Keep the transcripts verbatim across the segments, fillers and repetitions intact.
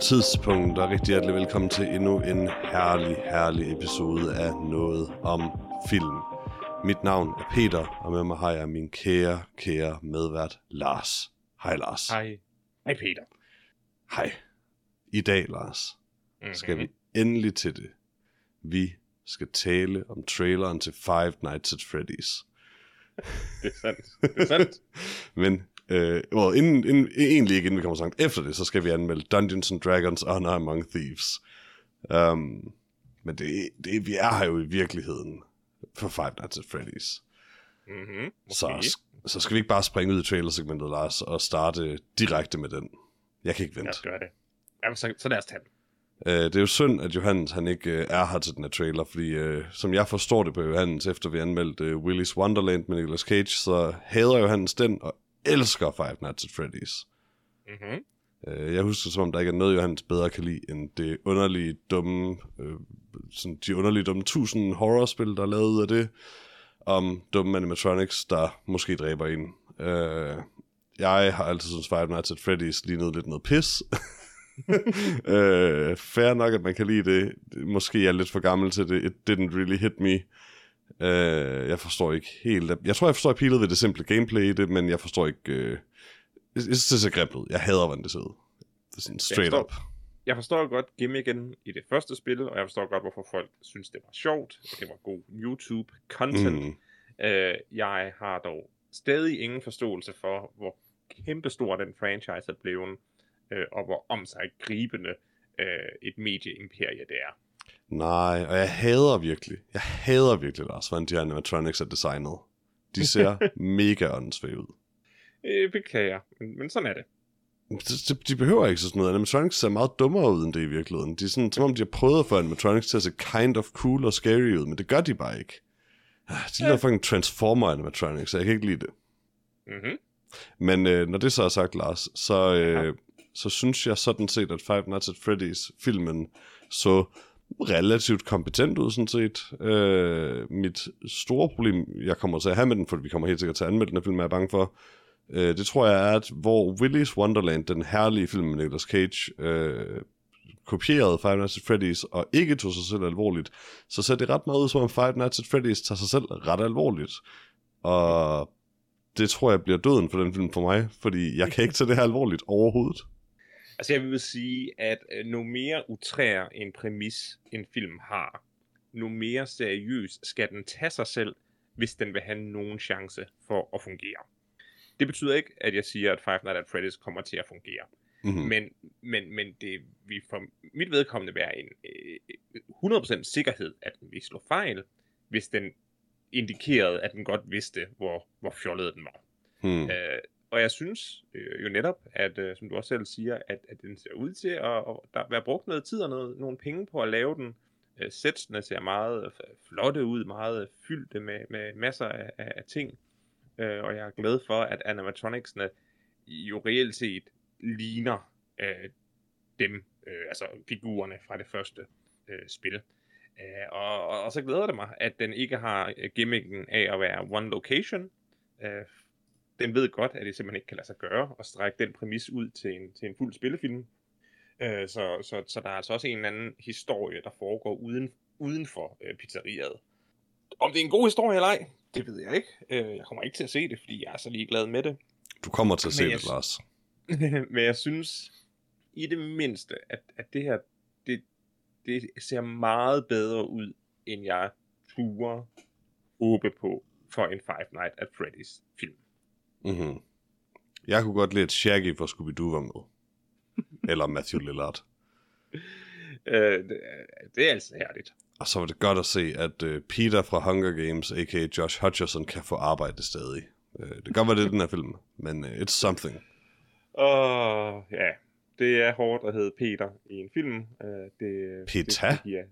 tidspunkt, og rigtig hjertelig velkommen til endnu en herlig, herlig episode af Noget om Film. Mit navn er Peter, og med mig har jeg min kære, kære medvært Lars. Hej Lars. Hej. Hej Peter. Hej. I dag, Lars, mm-hmm. skal vi endelig til det. Vi skal tale om traileren til Five Nights at Freddy's. Det er sandt. Det er sandt. Men øh, well, inden, inden, egentlig ikke inden vi kommer så langt efter det, så skal vi anmelde Dungeons and Dragons Honor Among Thieves. Um, men det, det, vi er her jo i virkeligheden for Five Nights at Freddy's. Mm-hmm. Okay. Så, så skal vi ikke bare springe ud i trailersegmentet, Lars, og starte direkte med den. Jeg kan ikke vente. Lad os gøre det. Jamen, så, så lad os tage den. Uh, det er jo synd, at Johannes han ikke uh, er her til den her trailer, fordi uh, som jeg forstår det på Johannes, efter vi anmeldte uh, Willy's Wonderland med Nicolas Cage, så hader Johannes den og elsker Five Nights at Freddy's. Mm-hmm. Uh, jeg husker som om, der ikke er noget, Johannes bedre kan lide, end det underlige, dumme, uh, sådan, de underlige, dumme tusind horrorspil, der er lavet ud af det, om dumme animatronics, der måske dræber en. Uh, jeg har altid syntes, Five Nights at Freddy's lignede lidt noget pis. uh, fair nok, at man kan lide det. Måske er jeg lidt for gammel til det. It didn't really hit me. Uh, jeg forstår ikke helt. Jeg tror, jeg forstår appealet ved det simple gameplay i det, men jeg forstår ikke... Uh... Jeg synes, det ser grimt ud. Jeg hader, hvordan det ser ud. Det er sådan straight jeg up. Jeg forstår godt gimmicken i det første spil, og jeg forstår godt, hvorfor folk synes, det var sjovt, og det var god YouTube-content. Mm. Uh, jeg har dog stadig ingen forståelse for, hvor kæmpestor den franchise er blevet, uh, og hvor om sig gribende uh, et medieimperie det er. Nej, og jeg hader virkelig, jeg hader virkelig, Lars, hvordan de her animatronics er designet. De ser mega åndssvage ud. Øh, beklager, men, men sådan er det. De, de behøver ikke sådan noget. Animatronics ser meget dummere ud end det i virkeligheden. De er sådan, som om de har prøvet at få animatronics til at se kind of cool og scary ud, men det gør de bare ikke. De laver ja. fucking Transformer animatronics, så jeg kan ikke lide det. Mm-hmm. Men øh, når det så er sagt, Lars, så, øh, så synes jeg sådan set, at Five Nights at Freddy's filmen så relativt kompetent ud, sådan set. Øh, mit store problem, jeg kommer til at have med den, for vi kommer helt sikkert til at anmelde den her film, er jeg bange for, øh, det tror jeg er, at hvor Willy's Wonderland, den herlige film med Nicolas Cage, øh, kopierede Five Nights at Freddy's og ikke tog sig selv alvorligt, så ser det ret meget ud, som om Five Nights at Freddy's tager sig selv ret alvorligt. Og det tror jeg bliver døden for den film for mig, fordi jeg kan ikke tage det her alvorligt overhovedet. Altså jeg vil sige, at nu mere utræer en præmis, en film har, nu mere seriøs skal den tage sig selv, hvis den vil have nogen chance for at fungere. Det betyder ikke, at jeg siger, at Five Nights at Freddy's kommer til at fungere. Mm-hmm. Men, men, men det vil for mit vedkommende være en øh, hundrede procent sikkerhed, at den vil slå fejl, hvis den indikerede, at den godt vidste, hvor, hvor fjollet den var. Hmm. Øh, og jeg synes øh, jo netop, at øh, som du også selv siger, at, at den ser ud til at, at der være brugt noget tid og noget, nogle penge på at lave den. Øh, Sætsene ser meget flotte ud, meget fyldte med, med masser af, af, af ting. Øh, og jeg er glad for, at animatronicsene jo reelt set ligner øh, dem, øh, altså figurerne fra det første øh, spil. Øh, og, og, og så glæder det mig, at den ikke har gimmicken af at være one location. Øh, den ved godt, at det simpelthen ikke kan lade sig gøre at strække den præmis ud til en, til en fuld spillefilm. Øh, så, så, så der er altså også en eller anden historie, der foregår uden, uden for øh, pizzeriet. Om det er en god historie eller ej, det ved jeg ikke. Øh, jeg kommer ikke til at se det, fordi jeg er så ligeglad med det. Du kommer til at se Men det, Lars. Men jeg synes i det mindste, at, at det her, det, det ser meget bedre ud, end jeg turde håbe på for en Five Nights at Freddy's film. Mm-hmm. Jeg kunne godt lide, at Shaggy fra Scooby-Doo var med. Eller Matthew Lillard. øh, det, det er altså herligt. Og så var det godt at se, at uh, Peter fra Hunger Games, a k a. Josh Hutcherson, kan få arbejde stadig. Uh, det kan godt være, det er den her film, men uh, it's something. Åh, uh, ja. Det er hårdt at hedde Peter i en film. Uh, det, Peter? Det, det, ja.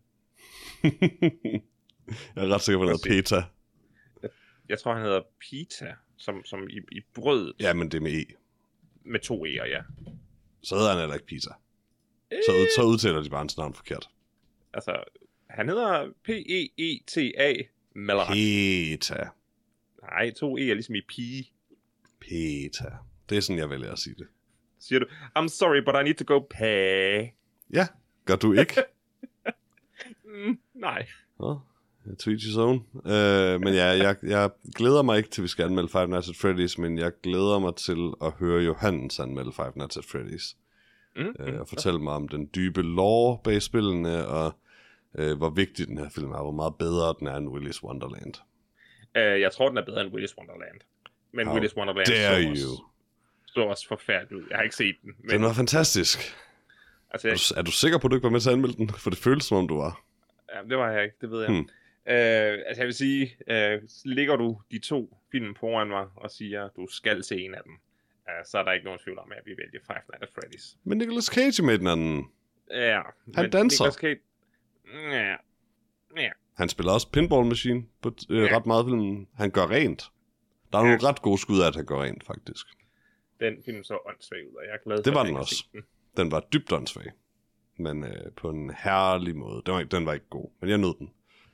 Jeg er ret sikker på, at det hedder Peter. Jeg, jeg tror, han hedder Pita, som, som i, i brød. Ja, men det er med E. Med to E'er, ja. Så hedder han heller ikke Peter. Så, ud, så udtaler de bare hans navn forkert. Altså, han hedder P E E T A Malak. Peter. Nej, to E'er ligesom i pige. Peter. Det er sådan, jeg vælger at sige det. Siger du, I'm sorry, but I need to go pay. Ja, gør du ikke? mm, nej. Nå, to each his own. Øh, men ja, jeg, jeg glæder mig ikke til, at vi skal anmelde Five Nights at Freddy's, men jeg glæder mig til at høre Johannes anmelde Five Nights at Freddy's. Mm, øh, og fortælle mig om den dybe lore bag spillene, og øh, hvor vigtig den her film er, hvor meget bedre den er end Willy's Wonderland. Uh, jeg tror, den er bedre end Willy's Wonderland. Men How Willy's Wonderland dare så you. også, så også forfærdeligt ud. Jeg har ikke set den. Men... Den var fantastisk. Altså, jeg... er, du, er du sikker på, at du ikke var med til at anmelde den? For det føles som om du var. Ja, det var jeg ikke, det ved jeg. Hmm. Uh, altså jeg vil sige, uh, ligger du de to film foran mig og siger, at du skal se en af dem, uh, så er der ikke nogen tvivl om, at vi vælger Five Nights at Freddy's. Men Nicolas Cage med den anden. Ja. Han danser. Nicolas Cage... Ja. Ja. Han spiller også Pinball Machine på øh, Ja. ret meget filmen. Han gør rent. Der er Ja. nogle ret gode skud af, at han gør rent, faktisk. Den film så åndssvag ud, og jeg er glad for, Det var at den jeg kan også. se den. Den var dybt åndssvag. Men øh, på en herlig måde. Den var, ikke, den var ikke god, men jeg nød den.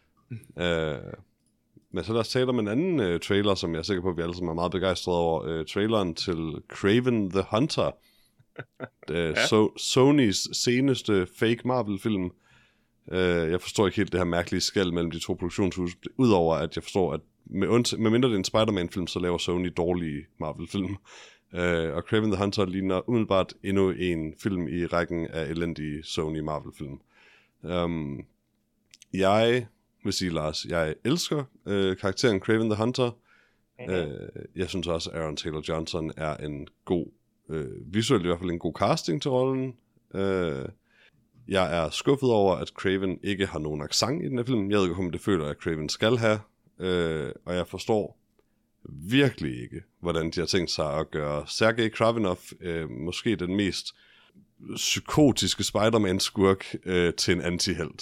øh, men så lad os tale om en anden øh, trailer, som jeg er sikker på, at vi alle sammen er meget begejstrede over. Øh, traileren til Kraven the Hunter. øh, Ja. so, Sonys seneste fake Marvel-film. Øh, jeg forstår ikke helt det her mærkelige skel mellem de to produktionshuse. Udover at jeg forstår, at med, und- med mindre det er en Spider-Man-film, så laver Sony dårlige Marvel-film. Øh, og Kraven the Hunter ligner umiddelbart endnu en film i rækken af elendige Sony Marvel-film. Um, jeg vil sige, Lars, jeg elsker øh, karakteren Kraven the Hunter. Mhm. Øh, jeg synes også, at Aaron Taylor Johnson er en god, øh, visuelt i hvert fald en god casting til rollen. Øh, jeg er skuffet over, at Kraven ikke har nogen accent i den her film. Jeg ved ikke, om det føler, at Kraven skal have. Øh, og jeg forstår virkelig ikke, hvordan de har tænkt sig at gøre Sergej Kravinov, øh, måske den mest psykotiske Spider-Man-skurk, øh, til en antihelt.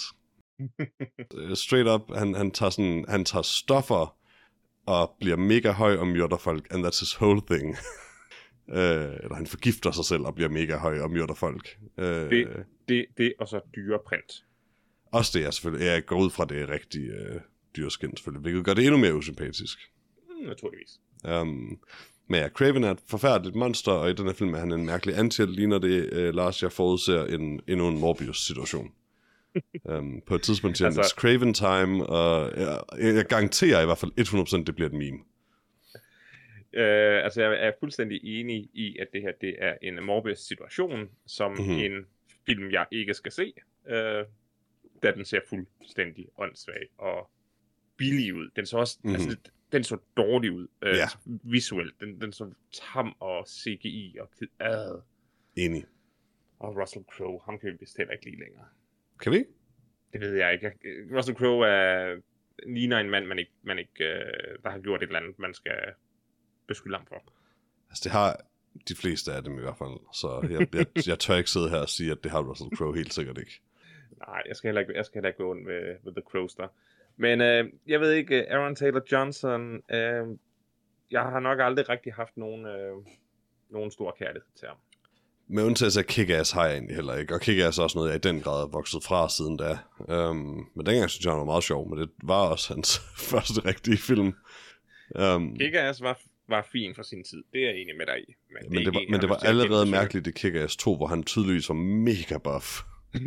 Øh, Straight up, han, han, tager sådan, han tager stoffer og bliver mega høj og myrder folk, and that's his whole thing. øh, eller han forgifter sig selv og bliver mega høj og myrder folk. Øh, Det, det, det og så dyreprint. Også det er selvfølgelig, jeg går ud fra det rigtige øh, dyreskin selvfølgelig, hvilket gør det endnu mere usympatisk. Mm, naturligvis. Um, men ja, Kraven er et forfærdeligt monster, og i den her film er han en mærkelig antihelt, ligner det, uh, Lars, jeg forudser en, endnu en Morbius-situation. um, på et tidspunkt siger han, Altså- it's Kraven time, og jeg, jeg garanterer i hvert fald hundrede procent, det bliver et meme. Uh, altså jeg er fuldstændig enig i, at det her det er en Morbius-situation, som Mhm. mm-hmm. en film, jeg ikke skal se, uh, da den ser fuldstændig åndssvag og billig ud. Den så også, Mhm. mm-hmm. altså, den så dårlig ud uh, Ja. visuelt. Den, den så tam og C G I og uh, Enig. og Russell Crowe, ham kan vi vist heller ikke lide længere. Kan vi? Det ved jeg ikke. Jeg- Russell Crowe er, ligner en mand, man ikke, man ikke, uh, der har gjort et eller andet, man skal beskylde ham for. Altså, det har de fleste af dem i hvert fald, så jeg, jeg, jeg tør ikke sidde her og sige, at det har Russell Crowe helt sikkert ikke. Nej, jeg skal heller ikke, jeg skal heller ikke gå ind med, med The Crowster. Men øh, jeg ved ikke, Aaron Taylor Johnson, øh, jeg har nok aldrig rigtig haft nogen, øh, nogen stor kærlighed til ham. Med undtagelse af Kick-Ass har jeg egentlig heller ikke, og Kick-Ass er også noget, jeg i den grad er vokset fra siden da. Um, men dengang synes jeg, han var meget sjov, men det var også hans første rigtige film. Um, Kick-Ass var, var fin for sin tid, det er jeg enig med dig i. Men det, men det var, en, men det var jeg vil sige, allerede at mærkeligt i Kick-Ass to, hvor han tydeligvis var mega buff.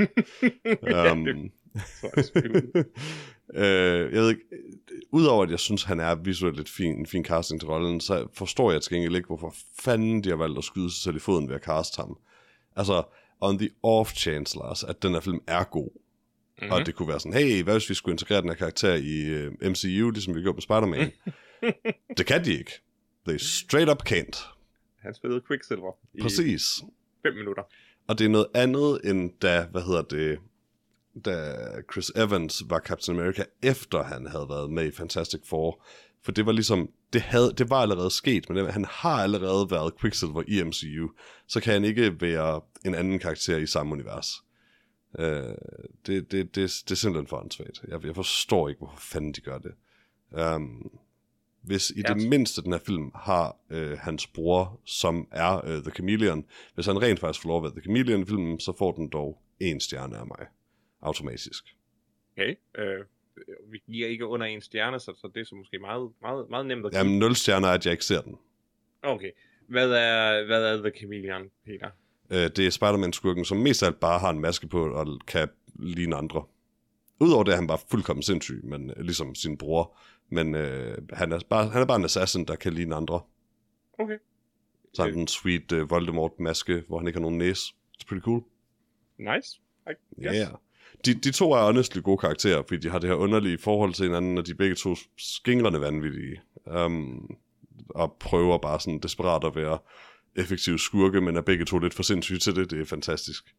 Ja, um, det tror jeg selvfølgelig. øh, jeg ved ikke, udover at jeg synes, han er visuelt lidt fin, en fin casting til rollen, så forstår jeg til gengæld ikke, hvorfor fanden de har valgt at skyde sig selv i foden ved at caste ham. Altså, on the off chance, Lars, at den her film er god. Mm-hmm. Og det kunne være sådan, hey, hvad hvis vi skulle integrere den her karakter i uh, M C U, ligesom vi gjorde med Spider-Man? Det kan de ikke. They straight up can't. Han spillede Quicksilver i Præcis. fem minutter. Og det er noget andet end da, hvad hedder det, da Chris Evans var Captain America, efter han havde været med i Fantastic Four. For det var ligesom, det, havde, det var allerede sket, men han har allerede været Quicksilver i M C U. Så kan han ikke være en anden karakter i samme univers. Uh, det, det, det, det er simpelthen for ansvagt. Jeg, jeg forstår ikke, hvorfor fanden de gør det. Um, hvis i Ja. det mindste den her film har øh, hans bror, som er øh, The Chameleon, hvis han rent faktisk får lov at være The Chameleon i filmen, så får den dog en stjerne af mig. Automatisk. Okay. Øh, vi giver ikke under en stjerne, så, så det er så måske meget, meget, meget nemt at give. Jamen, nul stjerner er, at jeg ikke ser den. Okay. Hvad er, hvad er The Chameleon, Peter? Øh, det er Spider-Man-skurken, som mest af alt bare har en maske på og kan ligne andre. Udover det er han bare fuldkommen sindssyg, men øh, ligesom sin bror. Men øh, han, er bare, han er bare en assassin, der kan ligne andre. Okay. Så han en sweet uh, Voldemort-maske, hvor han ikke har nogen næse. It's pretty cool. Nice. I Ja. Yeah. De, de to er honestly gode karakterer, fordi de har det her underlige forhold til hinanden, og de er begge to skingrende vanvittige. Um, og prøver bare sådan desperat at være effektive skurke, men er begge to lidt for sindssyge til det. Det er fantastisk.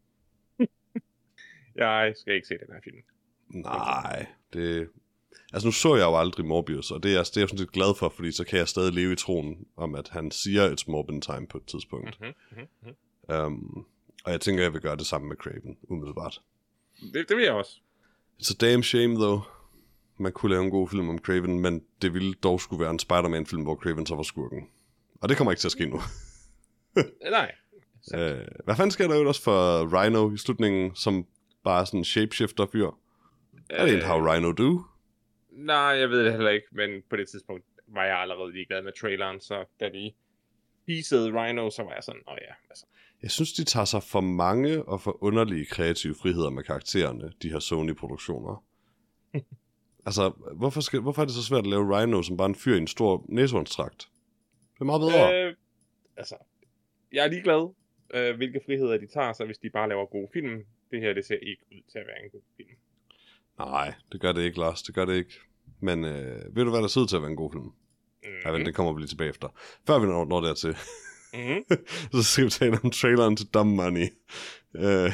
Jeg skal ikke se den her film. Nej, det... Altså nu så jeg jo aldrig Morbius, og det er, det er jeg sådan lidt glad for, fordi så kan jeg stadig leve i troen om, at han siger It's Morbin Time på et tidspunkt. Mm-hmm, mm-hmm. Um, og jeg tænker, jeg vil gøre det samme med Craven, umiddelbart. Det, det vil jeg også. It's a damn shame, though. Man kunne lave en god film om Craven, men det ville dog skulle være en Spider-Man-film, hvor Craven så var skurken. Og det kommer ikke til at ske nu. Nej. uh, hvad fanden sker der jo også for Rhino i slutningen, som bare er sådan en shapeshifter-fyr? Uh, det er how Rhino do. Nej, jeg ved det heller ikke, men på det tidspunkt var jeg allerede ligeglad med traileren, så da de teasede Rhino, så var jeg sådan, åh ja, altså. Jeg synes, de tager sig for mange og for underlige kreative friheder med karaktererne, de her Sony-produktioner. Altså, hvorfor, skal, hvorfor er det så svært at lave Rhino som bare en fyr i en stor næsehornstrakt? Det er meget bedre. Øh, altså, jeg er ligeglad, øh, hvilke friheder de tager sig, hvis de bare laver gode film. Det her, det ser ikke ud til at være en god film. Nej, det gør det ikke, Lars. Det gør det ikke. Men øh, ved du, hvad der ser ud til at være en god film? Mm-hmm. Ja, vel, det kommer vi lige tilbage efter. Før vi når, når dertil, mm-hmm. så skal vi tale om traileren til Dumb Money. Øh,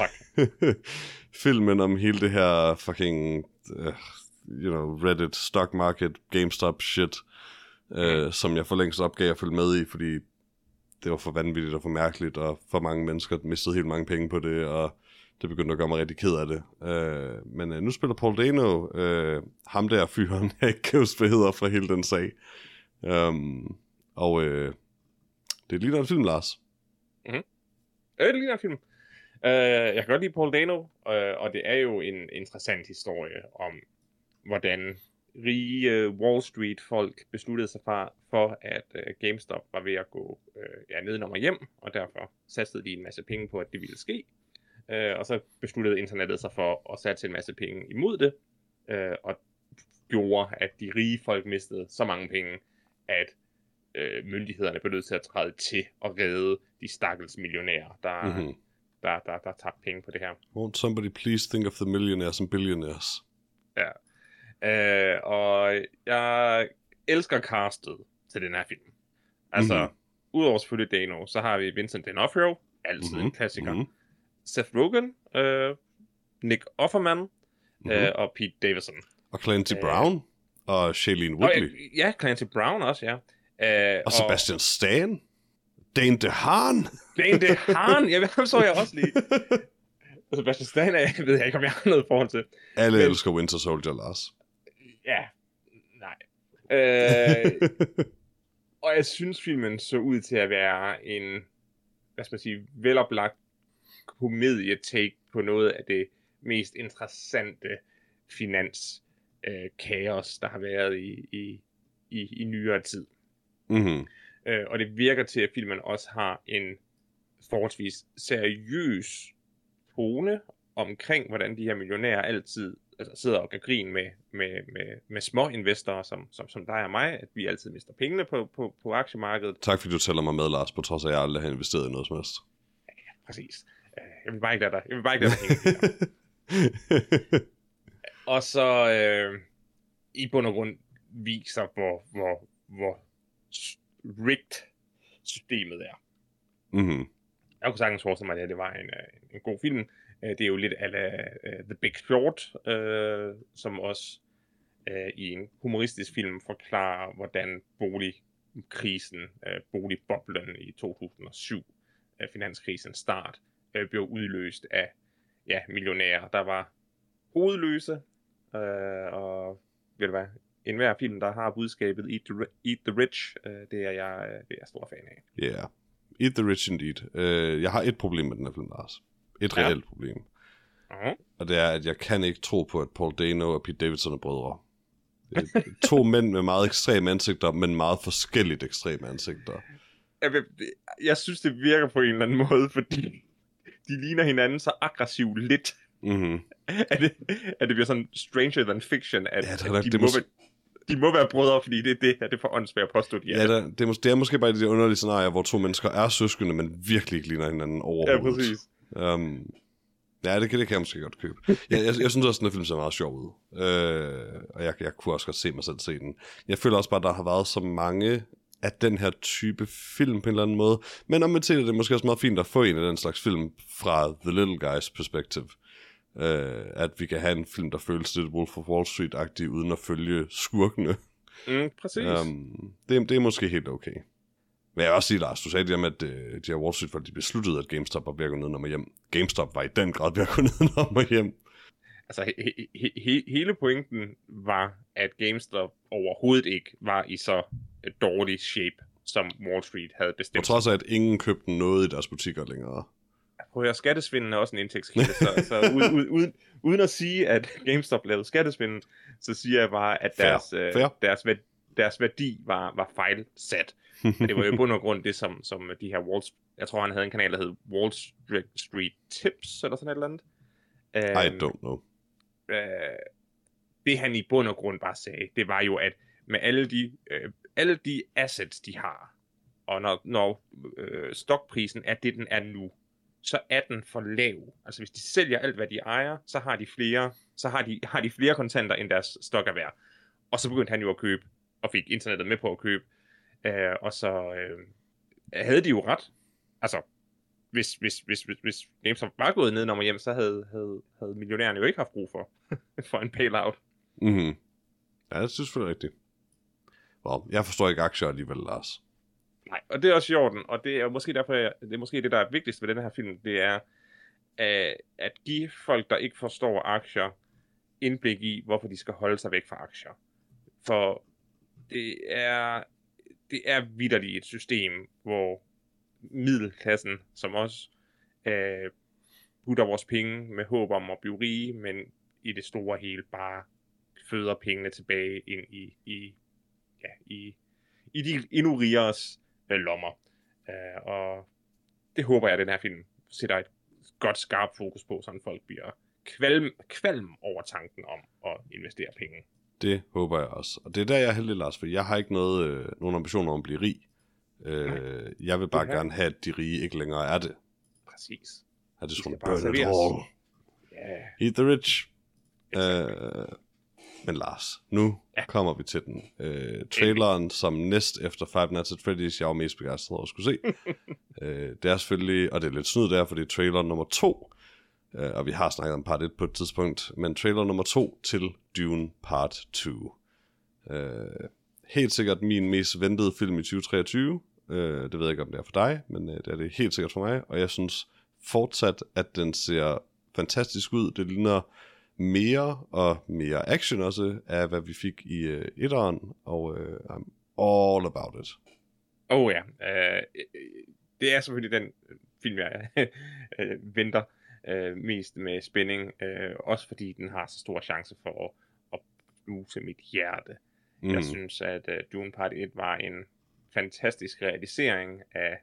filmen om hele det her fucking, uh, you know, Reddit, stock market, GameStop shit, uh, mm. som jeg for længst opgav at følge med i, fordi det var for vanvittigt og for mærkeligt, og for mange mennesker mistede helt mange penge på det, og det begyndte at gøre mig rigtig ked af det. Uh, men uh, nu spiller Paul Dano, uh, ham der fyren, jeg ikke kan huske, hvad hedder fra hele den sag. Um, og uh, det ligner en film, Lars. Mhm. Øh, det ligner en film. Uh, jeg kan godt lide Paul Dano, uh, og det er jo en interessant historie om, hvordan rige uh, Wall Street-folk besluttede sig for, for at uh, GameStop var ved at gå uh, ja, nedenom og hjem, og derfor satsede de en masse penge på, at det ville ske. Uh, og så besluttede internettet sig for at satse en masse penge imod det, uh, og gjorde, at de rige folk mistede så mange penge, at uh, myndighederne blev nødt til at træde til og redde de stakkels millionærer, der, mm-hmm. der, der, der tabte penge på det her. Won't somebody please think of the millionaires and billionaires? Ja. Uh, og jeg elsker castet til den her film. Altså, mm-hmm. udover selvfølgelig Dano, så har vi Vincent D'Onofrio, altid mm-hmm. en klassiker. Mm-hmm. Seth Rogen, uh, Nick Offerman mm-hmm. uh, og Pete Davidson. Og Clancy uh, Brown og Shailene Woodley. Og, ja, Clancy Brown også, ja. Uh, og Sebastian og... Stan. Dane DeHaan. Dane DeHaan, ja, ham så jeg også lige. Sebastian Stan, jeg ved jeg ikke, om jeg har noget forhold til. Alle Men... elsker Winter Soldier, Lars. Ja, nej. Øh, og jeg synes, filmen så ud til at være en, hvad skal man sige, veloplagt komedie-take på noget af det mest interessante finans-kaos, øh, der har været i, i, i, i nyere tid. Mm-hmm. Øh, og det virker til, at filmen også har en forholdsvis seriøs tone omkring, hvordan de her millionærer altid altså, sidder og kan grine med, med, med, med små investorer, som, som, som dig og mig, at vi altid mister pengene på, på, på aktiemarkedet. Tak fordi du tæller mig med, Lars, på trods af, at jeg aldrig har investeret i noget som helst. Ja, præcis. Jeg vil bare ikke lade dig, jeg vil bare ikke lade dig hænge. Og så øh, i bund og grund viser, hvor, hvor, hvor rigged systemet er. Mhm. Jeg kunne sagtens forestille mig, at det var en, en god film. Det er jo lidt a la uh, The Big Short, uh, som også uh, i en humoristisk film forklarer, hvordan boligkrisen, uh, boligboblen i to tusind og syv, uh, finanskrisens start, uh, blev udløst af ja, millionærer, der var hovedløse. Uh, og ved du hvad, enhver film, der har budskabet Eat the, Eat the Rich, uh, det er jeg, uh, det er jeg stor fan af. Ja, yeah. Eat the Rich indeed. Uh, jeg har et problem med den her film, Lars. Et reelt ja. problem. Uh-huh. Og det er, at jeg kan ikke tro på, at Paul Dano og Pete Davidson er brødre. To mænd med meget ekstreme ansigter, men meget forskelligt ekstreme ansigter. Jeg, jeg synes, det virker på en eller anden måde, fordi de ligner hinanden så aggressivt lidt, Mm-hmm. at, det, at det bliver sådan stranger than fiction, at, Ja, det er at nok- de, det må mås- være, de må være brødre, fordi det er det, at det er for åndssvagt at påstå, de er. Ja, der, det, er mås- det er måske bare de der underlige scenarier, hvor to mennesker er søskende, men virkelig ikke ligner hinanden overhovedet. Ja, præcis. Um, ja, det kan, det kan jeg måske godt købe. Jeg, jeg, jeg synes også, at den her film ser meget sjov ud. Øh, og jeg, jeg kunne også godt se mig selv se den. Jeg føler også bare, at der har været så mange af den her type film på en eller anden måde. Men om man ser det, det er måske også meget fint at få en af den slags film fra The Little Guys perspektiv. Øh, at vi kan have en film, der føles lidt Wolf of Wall Street-agtig, uden at følge skurkene. Mm, præcis. Um, det, det er måske helt okay. Men jeg vil også sige, Lars, du sagde det med, at uh, de her Wall Street-folk, de besluttede, at GameStop var ved at gå ned og hjem. GameStop var i den grad ved at gå ned og hjem. Altså, he- he- he- hele pointen var, at GameStop overhovedet ikke var i så dårlig shape, som Wall Street havde På bestemt. trods af, at ingen købte noget i deres butikker længere. Prøv at høre, skattesvinden er også en indtægtskilde, så, så uden, uden, uden, uden at sige, at GameStop lavede skattesvinden, så siger jeg bare, at Fair. deres, øh, Fair. deres, værdi, deres værdi var, var fejlsat. Men det var jo i bund og grund det, som, som de her Wall jeg tror, han havde en kanal, der hed Wall Street Tips, eller sådan et eller andet. I Øhm, don't know. øh, det han i bund og grund bare sagde, det var jo, at med alle de, øh, alle de assets, de har, og når, når øh, stokprisen er det, den er nu, så er den for lav. Altså hvis de sælger alt, hvad de ejer, så har de flere, så har de, har de flere kontanter, end deres stok er værd. Og så begyndte han jo at købe, og fik internettet med på at købe. Øh, og så øh, havde de jo ret. Altså, hvis, hvis, hvis, hvis, hvis GameStop var gået ned og hjem, så havde, havde, havde millionærerne jo ikke haft brug for, for en bailout. Mm-hmm. Ja, det synes jeg er rigtigt. Well, jeg forstår ikke aktier alligevel, Lars. Nej, og det er også i orden, og det er måske derfor, jeg, det er måske det, der er vigtigst ved den her film, det er uh, at give folk, der ikke forstår aktier, indblik i, hvorfor de skal holde sig væk fra aktier. For det er, det er vitterligt et system, hvor middelklassen, som os, uh, putter vores penge med håb om at blive rige, men i det store hele bare føder pengene tilbage ind i, i, ja, i, i de endnu rigeres lommer. Uh, og det håber jeg, at den her film sætter et godt skarpt fokus på, så folk bliver kvalm, kvalm over tanken om at investere penge. Det håber jeg også. Og det er der, jeg er heldig, Lars, for jeg har ikke noget, øh, nogen ambitioner om at blive rig. Øh, jeg vil bare Ja. gerne have, at de rige ikke længere er det. Præcis. At det De skulle skal bare burn it serveres. all. Ja. Eat the rich. Exactly. Øh, men Lars, nu Ja. ja. kommer vi til den. Øh, traileren, som næst efter Five Nights at Freddy's, jeg var mest begejstret over at skulle se. øh, det er selvfølgelig, og det er lidt snyd der, for det er trailer nummer to. Øh, og vi har snakket om part et på et tidspunkt, men trailer nummer to til Dune part to. Øh, helt sikkert min mest ventede film i tyve treogtyve. Øh, det ved jeg ikke, om det er for dig, men øh, det er det helt sikkert for mig. Og jeg synes fortsat, at den ser fantastisk ud. Det ligner mere og mere action også af, hvad vi fik i øh, etteren, og øh, I'm all about it. Oh ja. Uh, det er selvfølgelig den film, jeg uh, venter uh, mest med spænding. Uh, også fordi den har så stor chance for at, at knuse mit hjerte. Mm. Jeg synes, at uh, Dune Part et var en fantastisk realisering af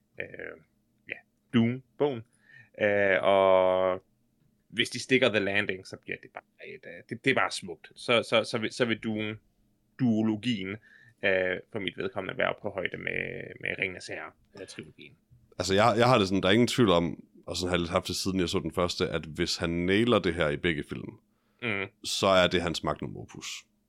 uh, ja, Dune-bogen. Uh, og hvis de stikker The Landing, så bliver det bare, et, uh, det, det er bare smukt. Så, så, så, vil, så vil Dune, duologien, uh, for mit vedkommende være på højde med, med Ringenes Herre-trilogien. Altså, jeg, jeg har det sådan, der er ingen tvivl om, og sådan har jeg lidt haft det siden jeg så den første, at hvis han nailer det her i begge film, Mm. så er det hans magnum opus.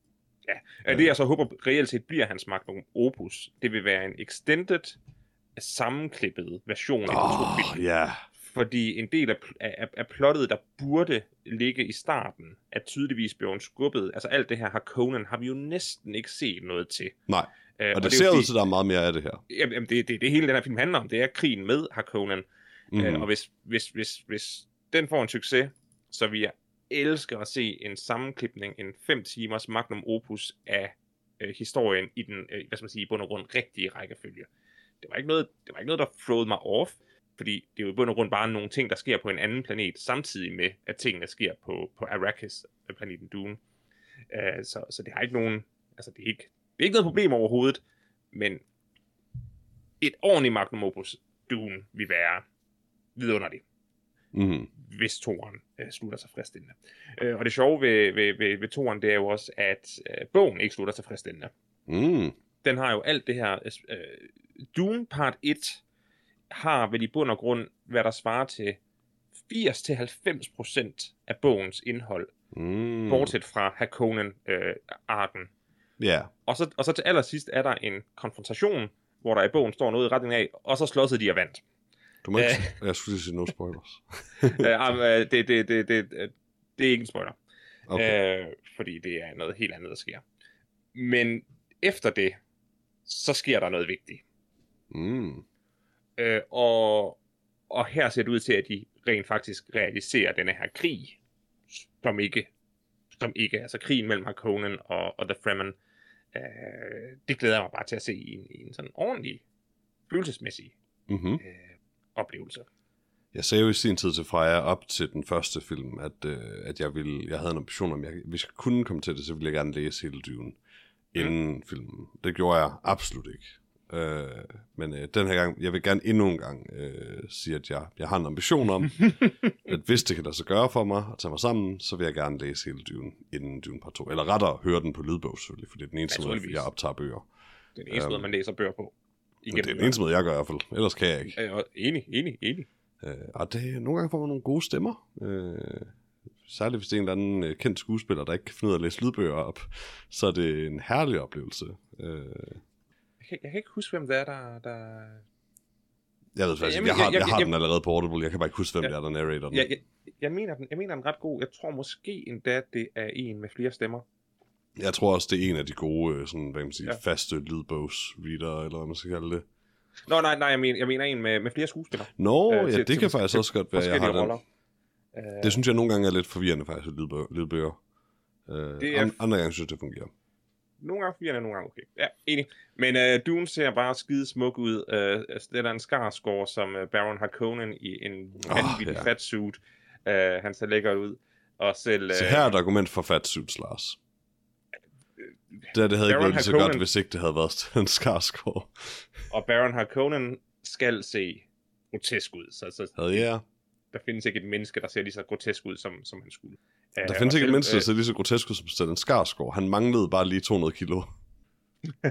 Ja, det jeg så håber reelt set bliver hans magnum opus, det vil være en extended, sammenklippet version af de to Åh, film. ja. Fordi en del af, af, af plottet, der burde ligge i starten, er tydeligvis blevet skubbet. Altså alt det her har Conan, har vi jo næsten ikke set noget til. Nej, Uh, og, og det, det ser er jo ud til, at der er meget mere af det her. Jamen, det, det, det hele den her film handler om, det er krigen med Harkonnen. Mm-hmm. Uh, og hvis, hvis, hvis, hvis den får en succes, så vil jeg elske at se en sammenklipning, en fem timers magnum opus af uh, historien i den, uh, hvad skal man sige, i bund og grund rigtige rækkefølge. Det var ikke noget, det var ikke noget, der throwede mig off, fordi det er jo i bund og grund bare nogle ting, der sker på en anden planet, samtidig med, at tingene sker på, på Arrakis, planeten Dune. Uh, så, så det har ikke nogen, altså det er ikke, det er ikke noget problem overhovedet, men et ordentligt magnum opus Dune vil være vidunderligt. Mm. hvis toeren øh, slutter sig tilfredsstillende. Øh, og det sjove ved, ved, ved, ved toeren, det er jo også, at øh, bogen ikke slutter sig tilfredsstillende. Mm. Den har jo alt det her. Øh, Dune part et har vel i bund og grund, hvad der svarer til firs til halvfems procent af bogens indhold, Mm. bortset fra Harkonnen-arken. Øh, Ja. Yeah. og, så, og så til allersidst er der en konfrontation, hvor der i bogen står noget i retning af, og så slåsede de og vandt. Du må ikke... Uh, jeg skulle lige sige no spoilers. uh, det, det, det, det, det, det er ikke en spoiler. Okay. Uh, fordi det er noget helt andet, der sker. Men efter det, så sker der noget vigtigt. Mm. Uh, og, og her ser det ud til, at de rent faktisk realiserer denne her krig, som ikke, som ikke altså krigen mellem Harkonnen og, og The Fremen. Uh, det glæder jeg mig bare til at se i en, i en sådan ordentlig, følelsesmæssig Mm-hmm. uh, oplevelse. Jeg sagde jo i sin tid til Freja op til den første film, at, øh, at jeg ville, jeg havde en ambition om, jeg, hvis jeg kunne komme til det, så ville jeg gerne læse hele Dune inden mm. filmen. Det gjorde jeg absolut ikke. Øh, men øh, den her gang, jeg vil gerne endnu en gang øh, sige, at jeg, jeg har en ambition om, at hvis det kan lade sig gøre for mig at tage mig sammen, så vil jeg gerne læse hele Dune inden Dune part to. Eller rettere høre den på lydbog selvfølgelig, for det er den eneste måde, jeg optager bøger. Det er den eneste måde, um, man læser bøger på. Det er den eneste måde, jeg gør i hvert fald. Ellers kan jeg ikke. Øh, enig, enig, enig. Øh, og det, nogle gange får man nogle gode stemmer. Øh, særligt hvis det er en eller anden øh, kendt skuespiller, der ikke kan finde ud af at læse lydbøger op. Så er det en herlig oplevelse. Øh, jeg, kan, jeg kan ikke huske, hvem det er, der... der... Jeg ved faktisk, jeg, jeg, jeg, jeg, jeg har jeg, den allerede på Audible. Jeg kan bare ikke huske, hvem ja, det er, der narrater den. Jeg, jeg, jeg, mener den. jeg mener den ret god. Jeg tror måske endda, det er en med flere stemmer. Jeg tror også, det er en af de gode sådan, hvad kan man sige, ja. faste lydbogsreader, eller hvad man skal kalde det. Nå, nej, nej, jeg mener, jeg mener en med, med flere skuespillere. Nå, øh, ja, til, det kan faktisk også godt være, jeg har roller. den. Uh, det synes jeg nogle gange er lidt forvirrende, faktisk, lydbøger. lydbøger. Uh, det er... Andre gange synes jeg, det fungerer. Nogle gange forvirrende, nogle gange okay. Ja, enig. Men uh, Dune ser bare skide smuk ud. Uh, det er der en Skarsgård som uh, Baron Harkonnen i en vanvittig oh, ja. fatsuit. Uh, han ser lækker ud. Og selv... Uh, Så her er et argument for fatsuits, Lars. Det, det havde ikke været lige så godt, hvis ikke det havde været en Skarsgård. Og Baron Harkonnen skal se grotesk ud. Så, så Hell yeah. Der findes ikke et menneske, der ser lige så grotesk ud, som, som han skulle. Der uh, findes ikke et menneske, der ser lige så grotesk ud, som Stellan Skarsgård. Han manglede bare lige to hundrede kilo. uh,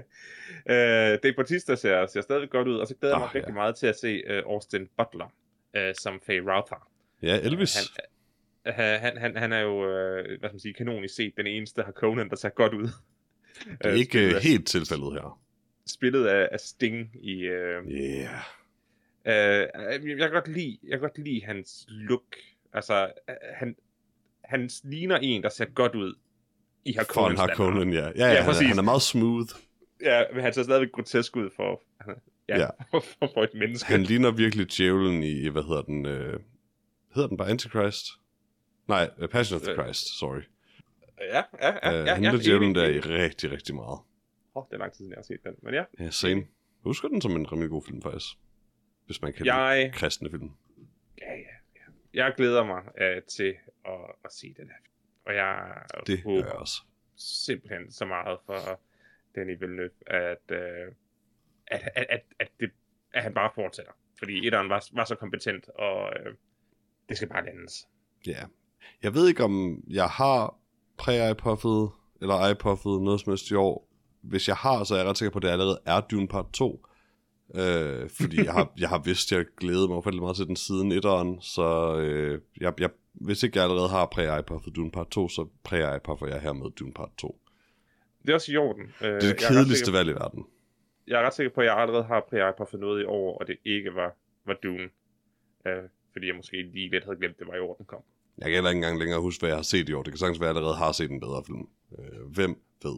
Dave Bautista ser, ser stadig godt ud, og så glæder jeg mig oh, rigtig ja. meget til at se uh, Austin Butler uh, som Faye Rauthar. Ja, Elvis. Uh, han, uh, han, han, han er jo, uh, hvad skal man sige, kanonisk set den eneste Harkonnen, der ser godt ud. Det er ikke uh, helt tilfældet her. Spillet af, af Sting i... Uh, yeah. Uh, jeg kan godt lide, jeg kan godt lide hans look. Altså, uh, han, han ligner en, der ser godt ud i Harkonnen. For Harkonnen, ja. Ja, ja, ja han, er, han er meget smooth. Ja, men han ser stadigvæk grotesk ud for, ja, ja. for, for et menneske. Han ligner virkelig djævlen i, hvad hedder den? Uh, hedder den bare Antichrist? Nej, uh, Passion of the Christ, sorry. Ja, ja, ja. Uh, ja han ja, er djævlen der i rigtig, rigtig meget. Åh, oh, det er lang tid siden, jeg har set den, men ja. Ja, same. Jeg husker den som en rimelig god film, faktisk. Hvis man kan jeg... lide kristne film. Ja, ja, ja. Jeg glæder mig uh, til at, at se den her film. Og jeg det håber jeg også. simpelthen så meget for Denis Villeneuve, at, uh, at, at, at, at, det, at han bare fortsætter. Fordi etteren var, var så kompetent, og uh, det skal bare landes. Ja. Jeg ved ikke, om jeg har præ-iPuffet eller iPuffet noget som helst i år. Hvis jeg har, så er jeg ret sikker på, at det allerede er Dune part to. Øh, fordi jeg har, jeg har vidst, at jeg glæder mig ufattelig meget til den siden etteren. Så øh, jeg, jeg, hvis ikke jeg allerede har præ-iPuffet Dune part to, så præ-iPuffer jeg her med Dune part to. Det er også i orden. Det er det kedeligste valg i verden. Jeg er ret sikker på, at jeg allerede har præ-iPuffet noget i år, og det ikke var, var Dune. Øh, fordi jeg måske lige lidt havde glemt, det var i år, den kom. Jeg kan heller ikke engang længere huske, hvad jeg har set i år. Det kan sagtens være, at jeg allerede har set en bedre film. Øh, hvem ved?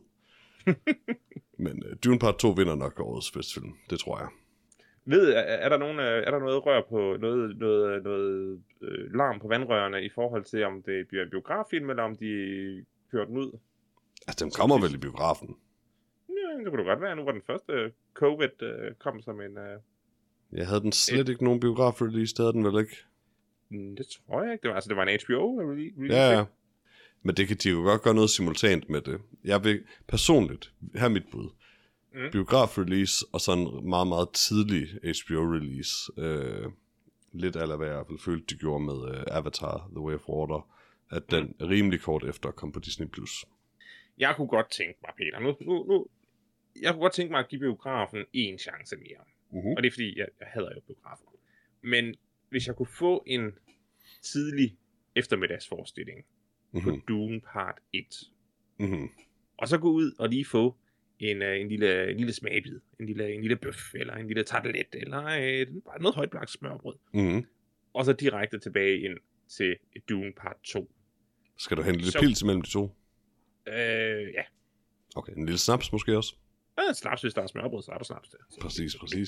Men uh, Dune part to vinder nok årets bedste film. Det tror jeg. Ved, er, er, der nogen, er der noget rør på, noget, noget, noget øh, larm på vandrørene i forhold til, om det bliver en biograffilm, eller om de kører den ud? Altså, den kommer vel i biografen? Ja, det kunne det godt være. Nu var den første COVID øh, kom som en... Øh, jeg havde den slet et... ikke nogen biograf-release, det havde den vel ikke? Det tror jeg ikke. Det var, altså, det var en H B O-release. Ja, ja. Men det kan de jo godt gøre noget simultant med det. Jeg vil personligt, her er mit bud, mm. biograf-release og sådan en meget, meget tidlig H B O-release. Øh, lidt eller hvad jeg i hvert fald følte, de gjorde med uh, Avatar, The Way of Water, at den mm. rimelig kort efter kom på Disney plus. Jeg kunne godt tænke mig, Peter, nu, nu, nu, jeg kunne godt tænke mig at give biografen en chance mere. Uh-huh. Og det er fordi, jeg, jeg hader jo biografen. Men hvis jeg kunne få en tidlig eftermiddagsforestilling uh-huh. på Dune Part et, uh-huh. og så gå ud og lige få en, uh, en, lille, en lille smagbid, en lille, en lille bøf, eller en lille tartelet, eller et, bare noget højtbagt smørbrød. Uh-huh. Og så direkte tilbage ind til Dune Part to. Skal du hente lidt så... pils mellem de to? Øh, ja. Okay, en lille snaps måske også? Ja, snaps, hvis der er smørbrød, så er der snaps der. Så præcis, præcis.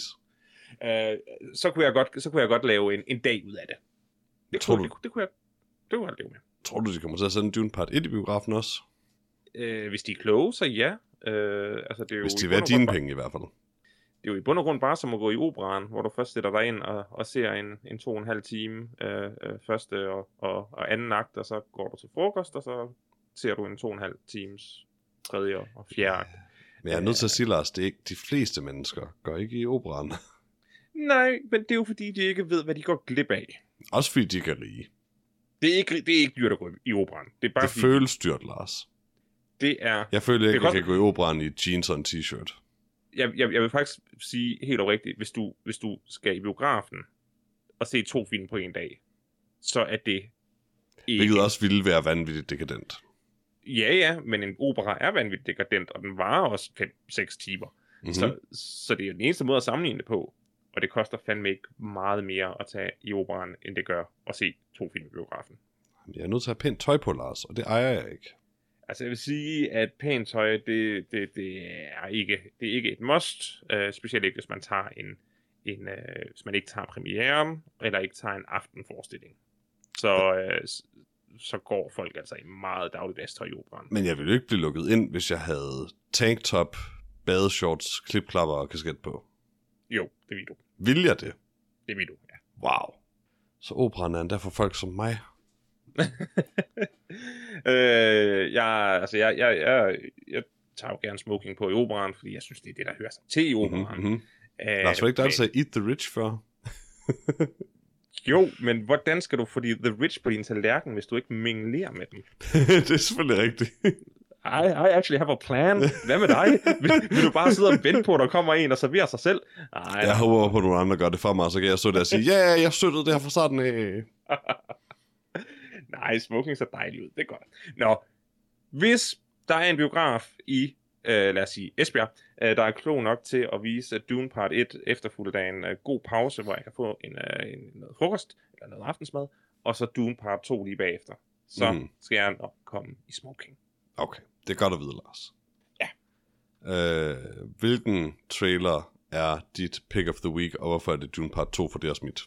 Øh, så, kunne jeg godt, så kunne jeg godt lave en, en dag ud af det. Det, tror kunne, du... det, det, kunne jeg, det kunne jeg leve med. Tror du, de kommer til at sende Dune Part et i biografen også? Øh, hvis de er kloge, så ja. Øh, altså, det er jo hvis de vil have dine penge i hvert fald. Det er jo i bund og grund bare som at gå i operaen, hvor du først sætter dig ind og, og ser en, en to og en halv time øh, øh, første og, og, og anden akt, og så går du til frokost, og så ser du en to og en halv times tredje og fjerde akt. Men jeg er nødt til at sige, Lars, det er ikke de fleste mennesker går ikke i operaen. Nej, men det er jo fordi, de ikke ved, hvad de går glip af. Også fordi de ikke er rige. Det er ikke, det er ikke dyrt at gå i operaen. Det, er bare det fordi, føles dyrt, Lars. Det er... Jeg føler ikke, at jeg kan gå i operaen i jeans og en t-shirt. Jeg, jeg, jeg vil faktisk sige helt oprigtigt, hvis du, hvis du skal i biografen og se to film på en dag, så er det ikke... Hvilket også ville være vanvittigt dekadent. Ja, ja, men en opera er vanvittigt dekadent, og den varer også fem seks timer. Mm-hmm. Så, så det er jo den eneste måde at sammenligne det på, og det koster fandme ikke meget mere at tage i operaen, end det gør at se to film i biografen. Jeg er nødt til at have pænt tøj på, Lars, og det ejer jeg ikke. Altså jeg vil sige, at pænt tøj, det, det, det, er, ikke, det er ikke et must, uh, specielt ikke hvis man tager en, en uh, hvis man ikke tager premieren, eller ikke tager en aftenforestilling. Så, uh, så går folk altså i meget dagligdags tøj i operaen. Men jeg ville jo ikke blive lukket ind, hvis jeg havde tanktop, badeshorts, klipklapper og kasket på. Jo, det vil du. Vil jeg det? Det vil du, ja. Wow. Så operaen er endda for folk som mig. øh, jeg, altså, jeg, jeg, jeg, jeg tager jo gerne smoking på i operaen, fordi jeg synes, det er det, der hører sig til i operaen. Mm-hmm. Uh, Lars, var ikke der, der sagde Eat the Rich før? Jo, men hvordan skal du få de The Rich på din tallerken, hvis du ikke minglerer med dem? Det er selvfølgelig rigtigt. I, I actually have a plan. Hvad med dig? Vil, vil du bare sidde og vente på, at der kommer en og serverer sig selv? Ej, jeg håber på, at nogle andre gør det for mig, så kan jeg stå der og sige, ja, yeah, jeg støttede det her fra starten af. Nej, smoking ser dejligt ud. Det er godt. Nå, hvis der er en biograf i, øh, lad os sige, Esbjerg, øh, der er klog nok til at vise Dune Part et efterfulgt af en øh, god pause, hvor jeg kan få en, øh, en, noget frokost eller noget aftensmad, og så Dune Part to lige bagefter, så mm. skal jeg nok komme i smoking. Okay, det er godt at vide, Lars. Ja. Øh, hvilken trailer er dit pick of the week, og hvorfor er det Dune Part to for det er smidt?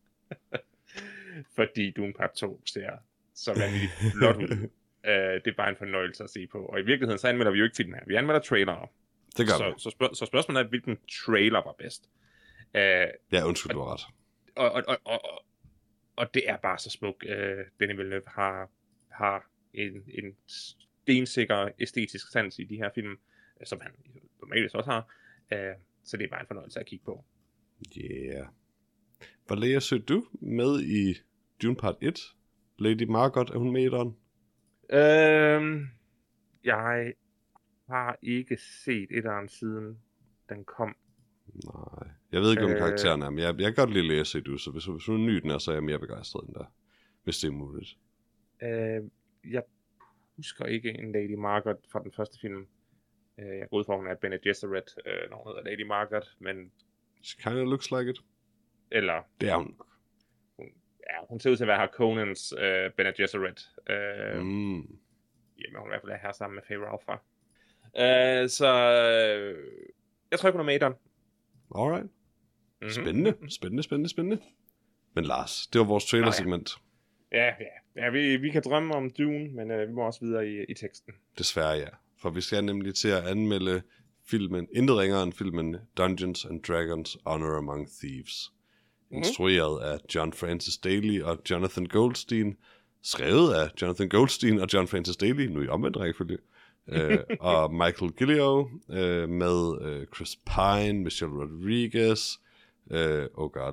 Fordi Dune Part to ser så vanvittigt flot ud. uh, det er bare en fornøjelse at se på. Og i virkeligheden, så anmelder vi jo ikke til den her. Vi anmelder trailere. Det gør så, vi. Så, spørg- så spørgsmålet er, hvilken trailer var bedst. Uh, ja, undskyld, du har ret. Og, og, og, og, og, og det er bare så smuk. Uh, Denis Villeneuve har, har en, en stensikker æstetisk sans i de her film, som han normalt også har. Uh, så det er bare en fornøjelse at kigge på. Yeah. Valea, søgte du med i Dune Part et? Lady Margot, er hun med i den? Øhm, jeg har ikke set etteren siden den kom. Nej, jeg ved ikke, om øh... karakteren er, men jeg, jeg kan godt lide læse du, så hvis, hvis hun er ny den er, så er jeg mere begejstret end der, hvis det er muligt. Øh, jeg husker ikke en Lady Margot fra den første film. Jeg går ud fra, hun er Bene Gesserit, øh, når hun hedder Lady Margot, men... She kind of looks like it. Eller... Det er hun. hun ja, hun ser ud til at være Harkonnens øh, Bene Gesserit. Øh, mm. Jamen, hun er i hvert fald her sammen med Faye Ralph. Øh, så... Øh, jeg tror ikke, hun er med i den. Alright. Mm-hmm. Spændende, spændende, spændende, spændende. Men Lars, det var vores trailer-segment. Ja, ja. ja vi, vi kan drømme om Dune, men øh, vi må også videre i, i teksten. Desværre, ja. For vi skal nemlig til at anmelde filmen, intet ringere end filmen Dungeons and Dragons Honor Among Thieves. Mm-hmm. Instrueret af John Francis Daley og Jonathan Goldstein. Skrevet af Jonathan Goldstein og John Francis Daley, nu i omvendt rækkefølge. øh, og Michael Gillio øh, med øh, Chris Pine, Michelle Rodriguez, øh, oh god,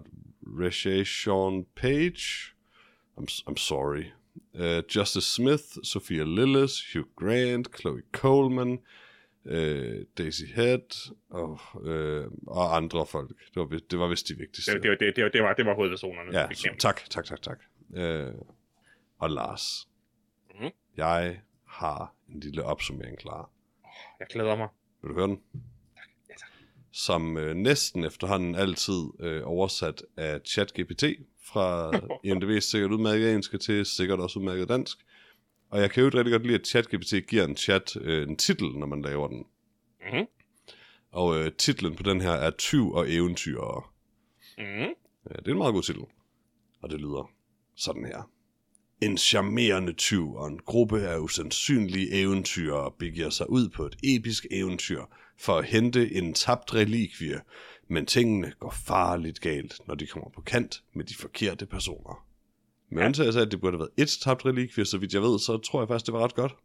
Regé Sean Page, I'm, I'm sorry, uh, Justice Smith, Sophia Lillis, Hugh Grant, Chloe Coleman, uh, Daisy Head og, uh, og andre folk. Det var, det var vist de vigtigste. Det, det, det, det, det, var, det var hovedpersonerne. Ja, så, tak, tak, tak, tak. Uh, og Lars, mm-hmm. jeg har en lille opsummering klar. Jeg glæder mig. Vil du høre den? Tak. Ja, tak. Som øh, næsten efterhånden altid øh, oversat af ChatGPT fra I M D B's sikkert udmærket engelsk til sikkert også udmærket dansk. Og jeg kan jo rigtig godt lide, at ChatGPT giver en chat øh, en titel, når man laver den. Mm-hmm. Og øh, titlen på den her er Tyv og Eventyrere. Mm-hmm. Ja, det er en meget god titel. Og det lyder sådan her. En charmerende tyv og en gruppe af usandsynlige eventyrere begiver sig ud på et episk eventyr for at hente en tabt relikvie, men tingene går farligt galt, når de kommer på kant med de forkerte personer. Med undtagelse af, at det burde have været et tabt relikvie, så vidt jeg ved, så tror jeg faktisk, det var ret godt.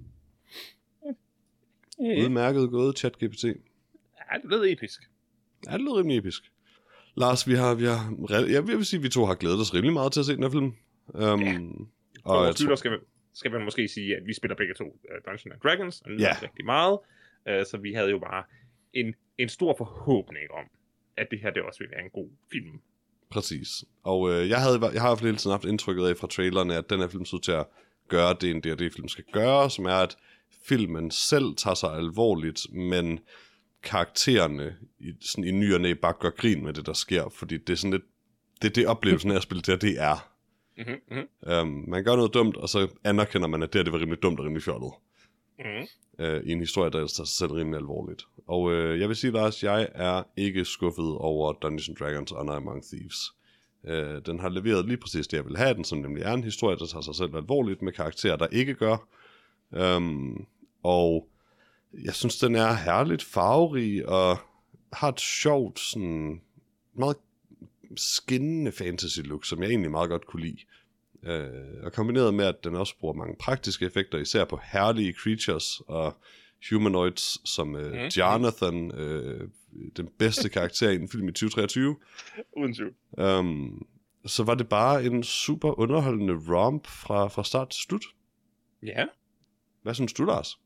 Mm. Udmærket gået, ChatGPT. Ja, det lød episk. Ja, det lød rimelig episk. Lars, vi har, vi har, jeg vil sige, at vi to har glædet os rimelig meget til at se den her film. Um, ja. Og vores lytter skal, skal man måske sige, at vi spiller begge to uh, Dungeons and Dragons, og nyder ja. rigtig meget. Uh, så vi havde jo bare en, en stor forhåbning om, at det her det også ville være en god film. Præcis. Og øh, jeg, havde, jeg har i hvert fald hele tiden haft indtrykket af fra trailerne, at den her film så til at gøre det, en D og D-film skal gøre, som er, at filmen selv tager sig alvorligt, men karaktererne i, sådan i ny og næ bare gør grin med det, der sker, fordi det er sådan lidt, det er det oplevelsen af at spille det, det er. Mm-hmm, mm-hmm. Um, man gør noget dumt, og så anerkender man, at det, her, det var rimelig dumt og rimelig fjollet. Mm-hmm. Uh, I en historie, der tager sig selv rimelig alvorligt. Og uh, jeg vil sige, Lars, jeg er ikke skuffet over Dungeons and Dragons Honor Among Thieves. Uh, den har leveret lige præcis det, jeg vil have den, som nemlig er en historie, der tager sig selv alvorligt, med karakterer, der ikke gør. Um, og jeg synes, den er herligt farverig, og har et sjovt, sådan meget skinnende fantasy-look, som jeg egentlig meget godt kunne lide. Uh, og kombineret med, at den også bruger mange praktiske effekter, især på herlige creatures og humanoids, som uh, mm. Jonathan, uh, den bedste karakter i en film i tyve treogtyve. Uden tvivl. Um, så var det bare en super underholdende romp fra, fra start til slut. Ja. Hvad synes du, Lars?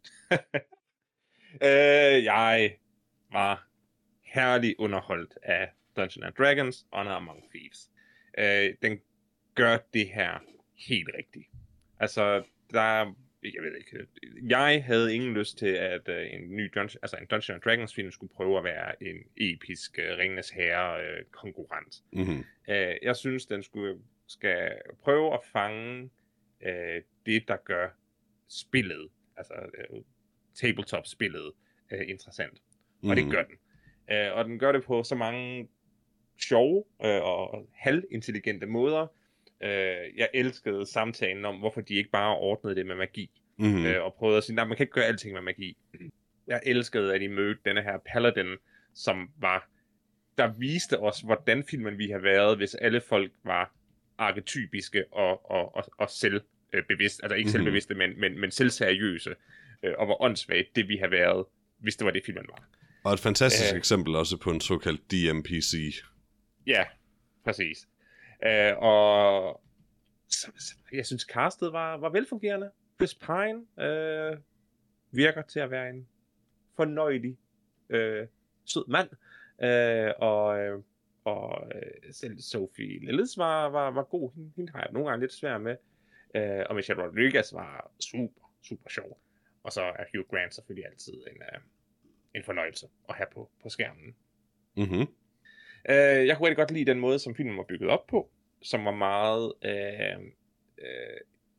øh, jeg var herligt underholdt af Dungeons and Dragons Honor Among Thieves. Øh, den gør det her helt rigtigt. Altså, der, jeg ved ikke, jeg havde ingen lyst til, at uh, en ny Dungeons, altså en Dungeons and Dragons film skulle prøve at være en episk uh, Ringenes Herre uh, konkurrent. Mm-hmm. Uh, jeg synes, den skulle skal prøve at fange uh, det, der gør spillet, altså uh, tabletop-spillet, uh, interessant. Mm-hmm. Og det gør den. Uh, og den gør det på så mange sjove uh, og halvintelligente måder. Uh, jeg elskede samtalen om, hvorfor de ikke bare ordnede det med magi. Mm-hmm. Uh, og prøvede at sige, nej, man kan ikke gøre alting med magi. Jeg elskede, at I mødte denne her paladin, som var, der viste os, hvordan filmen ville have været, hvis alle folk var arketypiske og, og, og, og selvbevidste, altså ikke mm-hmm. selvbevidste, men, men, men selvseriøse, uh, og hvor åndssvagt det ville have været, hvis det var det, filmen var. Og et fantastisk uh, eksempel også på en såkaldt D M P C. Ja, præcis. Uh, og så, så, jeg synes, castet var, var velfungerende. Chris Pine uh, virker til at være en fornøjelig, uh, sød mand. Uh, og uh, og uh, selv Sophie Lillis var, var, var god. Hende, hende har jeg nogle gange lidt svært med. Uh, og Michelle Rodriguez var super, super sjov. Og så er Hugh Grant selvfølgelig altid en, uh, en fornøjelse at have på, på skærmen. Mhm. Uh, jeg kunne rigtig godt lide den måde, som filmen var bygget op på, som var meget uh, uh,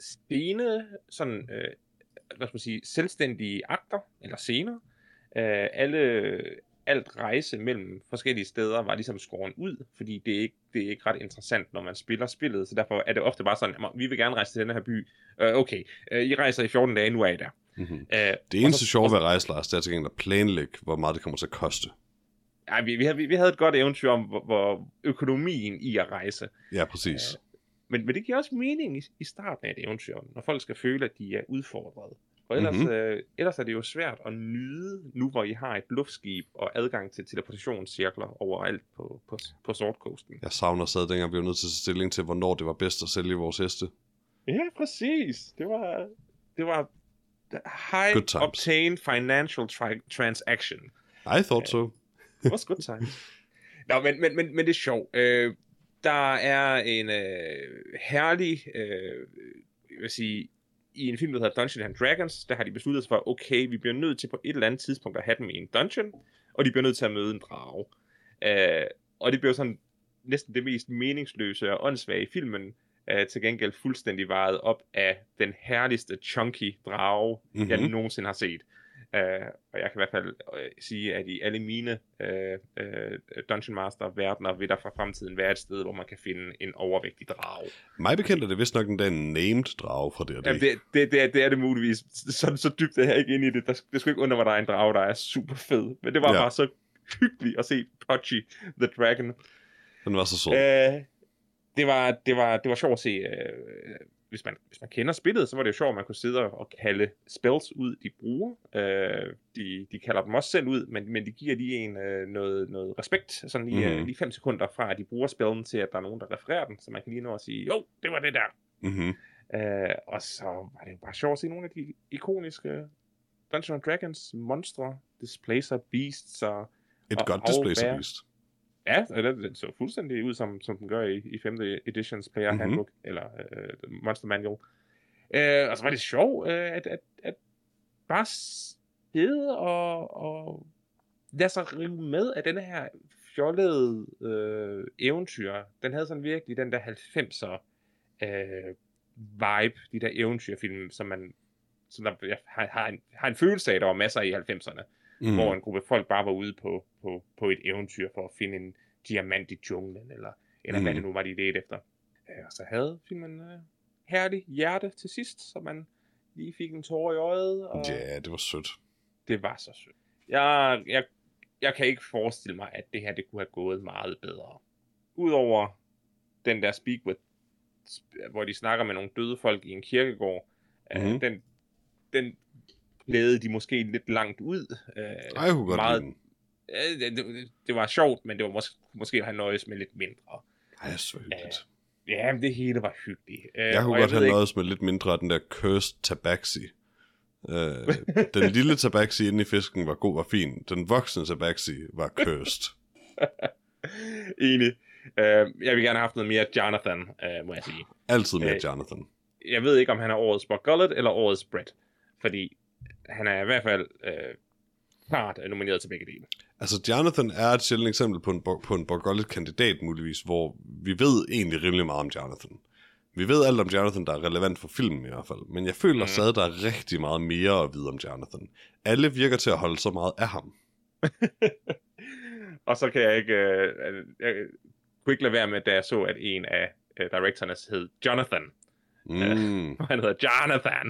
stene, sådan, uh, hvad skal man sige, selvstændige akter, eller scener. Uh, alle, alt rejse mellem forskellige steder var ligesom skåret ud, fordi det er, ikke, det er ikke ret interessant, når man spiller spillet, så derfor er det ofte bare sådan, at vi vil gerne rejse til denne her by. Uh, okay, uh, I rejser i fjorten dage, nu er I der. Mm-hmm. Uh, det eneste sjove ved at rejse, Lars, det er til gengæld at planlægge, hvor meget det kommer til at koste. Ja, vi, vi, havde, vi havde et godt eventyr om, hvor, hvor økonomien i at rejse. Ja, præcis. Uh, men, men det giver også mening i, i starten af et eventyr, når folk skal føle, at de er udfordret. Og ellers, Mhm. øh, ellers er det jo svært at nyde, nu hvor I har et luftskib og adgang til teleportationscirkler overalt på, på, på Sword Coasten. Jeg savner stadig, dengang vi var nødt til at tage stilling til, hvornår det var bedst at sælge vores heste. Ja, præcis. Det var, det var Good high times. obtained financial tri- transaction. I thought so. Det var good times. Nå, men, men, men, men det er sjovt. Øh, der er en øh, herlig, øh, jeg vil sige, i en film, der hedder Dungeons and Dragons, der har de besluttet sig for, okay, vi bliver nødt til på et eller andet tidspunkt at have dem i en dungeon, og de bliver nødt til at møde en drage. Øh, og det bliver sådan næsten det mest meningsløse og åndssvage i filmen, øh, til gengæld fuldstændig vejet op af den herligste chunky drage, mm-hmm. jeg nogensinde har set. Uh, og jeg kan i hvert fald uh, sige, at i alle mine uh, uh, Dungeon Master-verdener vil der fra fremtiden være et sted, hvor man kan finde en overvægtig drage. Mig bekendt er det vist nok en dag en named drage fra det og det. Jamen, det, det, det, er, det er det muligvis. Så, så dybt er jeg ikke inde i det. Der, det skulle ikke undre mig, at der er en drage, der er super fed. Men det var ja. bare så hyggeligt at se Pudgy the Dragon. Den var så sød. Uh, det, var, det, var, det var sjovt at se... Uh, Hvis man, hvis man kender spillet, så var det jo sjovt, at man kunne sidde og kalde spells ud, de bruger. Øh, de, de kalder dem også selv ud, men, men de giver lige en øh, noget, noget respekt, sådan lige, mm-hmm. øh, lige fem sekunder fra, at de bruger spellen til, at der er nogen, der refererer den, så man kan lige nå at sige, jo, det var det der. Mm-hmm. Øh, og så var det jo bare sjovt at se nogle af de ikoniske Dungeons and Dragons monstre, Displacer Beasts og Et og godt Displacer Beast. Ja, den så fuldstændig ud, som, som den gør i, i femte editions Player mm-hmm. Handbook, eller uh, Monster Manual. Uh, og så var det sjovt, uh, at, at, at bare sidde og, og lade sig rive med af den her fjollede uh, eventyr. Den havde sådan virkelig den der halvfemser uh, vibe, de der eventyrfilm, som man som der, jeg har, har, en, har en følelse af, der var masser i halvfemserne. Mm. Hvor en gruppe folk bare var ude på, på, på et eventyr for at finde en diamant i junglen, eller, eller mm. hvad det nu var, de ledte efter. Og så havde filmen uh, herlig hjerte til sidst, så man lige fik en tårer i øjet. Og ja, det var sødt. Det var så sødt. Jeg, jeg, jeg kan ikke forestille mig, at det her det kunne have gået meget bedre. Udover den der speak with, hvor de snakker med nogle døde folk i en kirkegård, mm. uh, den, den ledede de måske lidt langt ud. Øh, Ej, jeg kunne godt meget, lide den. Øh, det, det var sjovt, men det var måske, måske have nøjes med lidt mindre. Ej, det er så hyggeligt. Øh, ja, men det hele var hyggeligt. Øh, jeg kunne godt jeg have nøjes med lidt mindre af den der cursed tabaxi. Øh, den lille tabaxi inde i fisken var god, var fin. Den voksne tabaxi var cursed. Enig. Øh, jeg vil gerne have haft noget mere Jonathan, øh, må jeg sige. Altid mere øh, Jonathan. Jeg ved ikke, om han er årets Buck Gullet eller årets Brett. Fordi han er i hvert fald øh, klart nomineret til begge dele. Altså, Jonathan er et sjældent eksempel på en, på en Borgollet-kandidat, muligvis, hvor vi ved egentlig rimelig meget om Jonathan. Vi ved alt om Jonathan, der er relevant for filmen i hvert fald. Men jeg føler mm. stadig, der er rigtig meget mere at vide om Jonathan. Alle virker til at holde så meget af ham. Og så kan jeg ikke... Øh, jeg kunne ikke lade være med, da jeg så, at en af øh, directorerne hed Jonathan. Mm. Øh, han hedder Jonathan.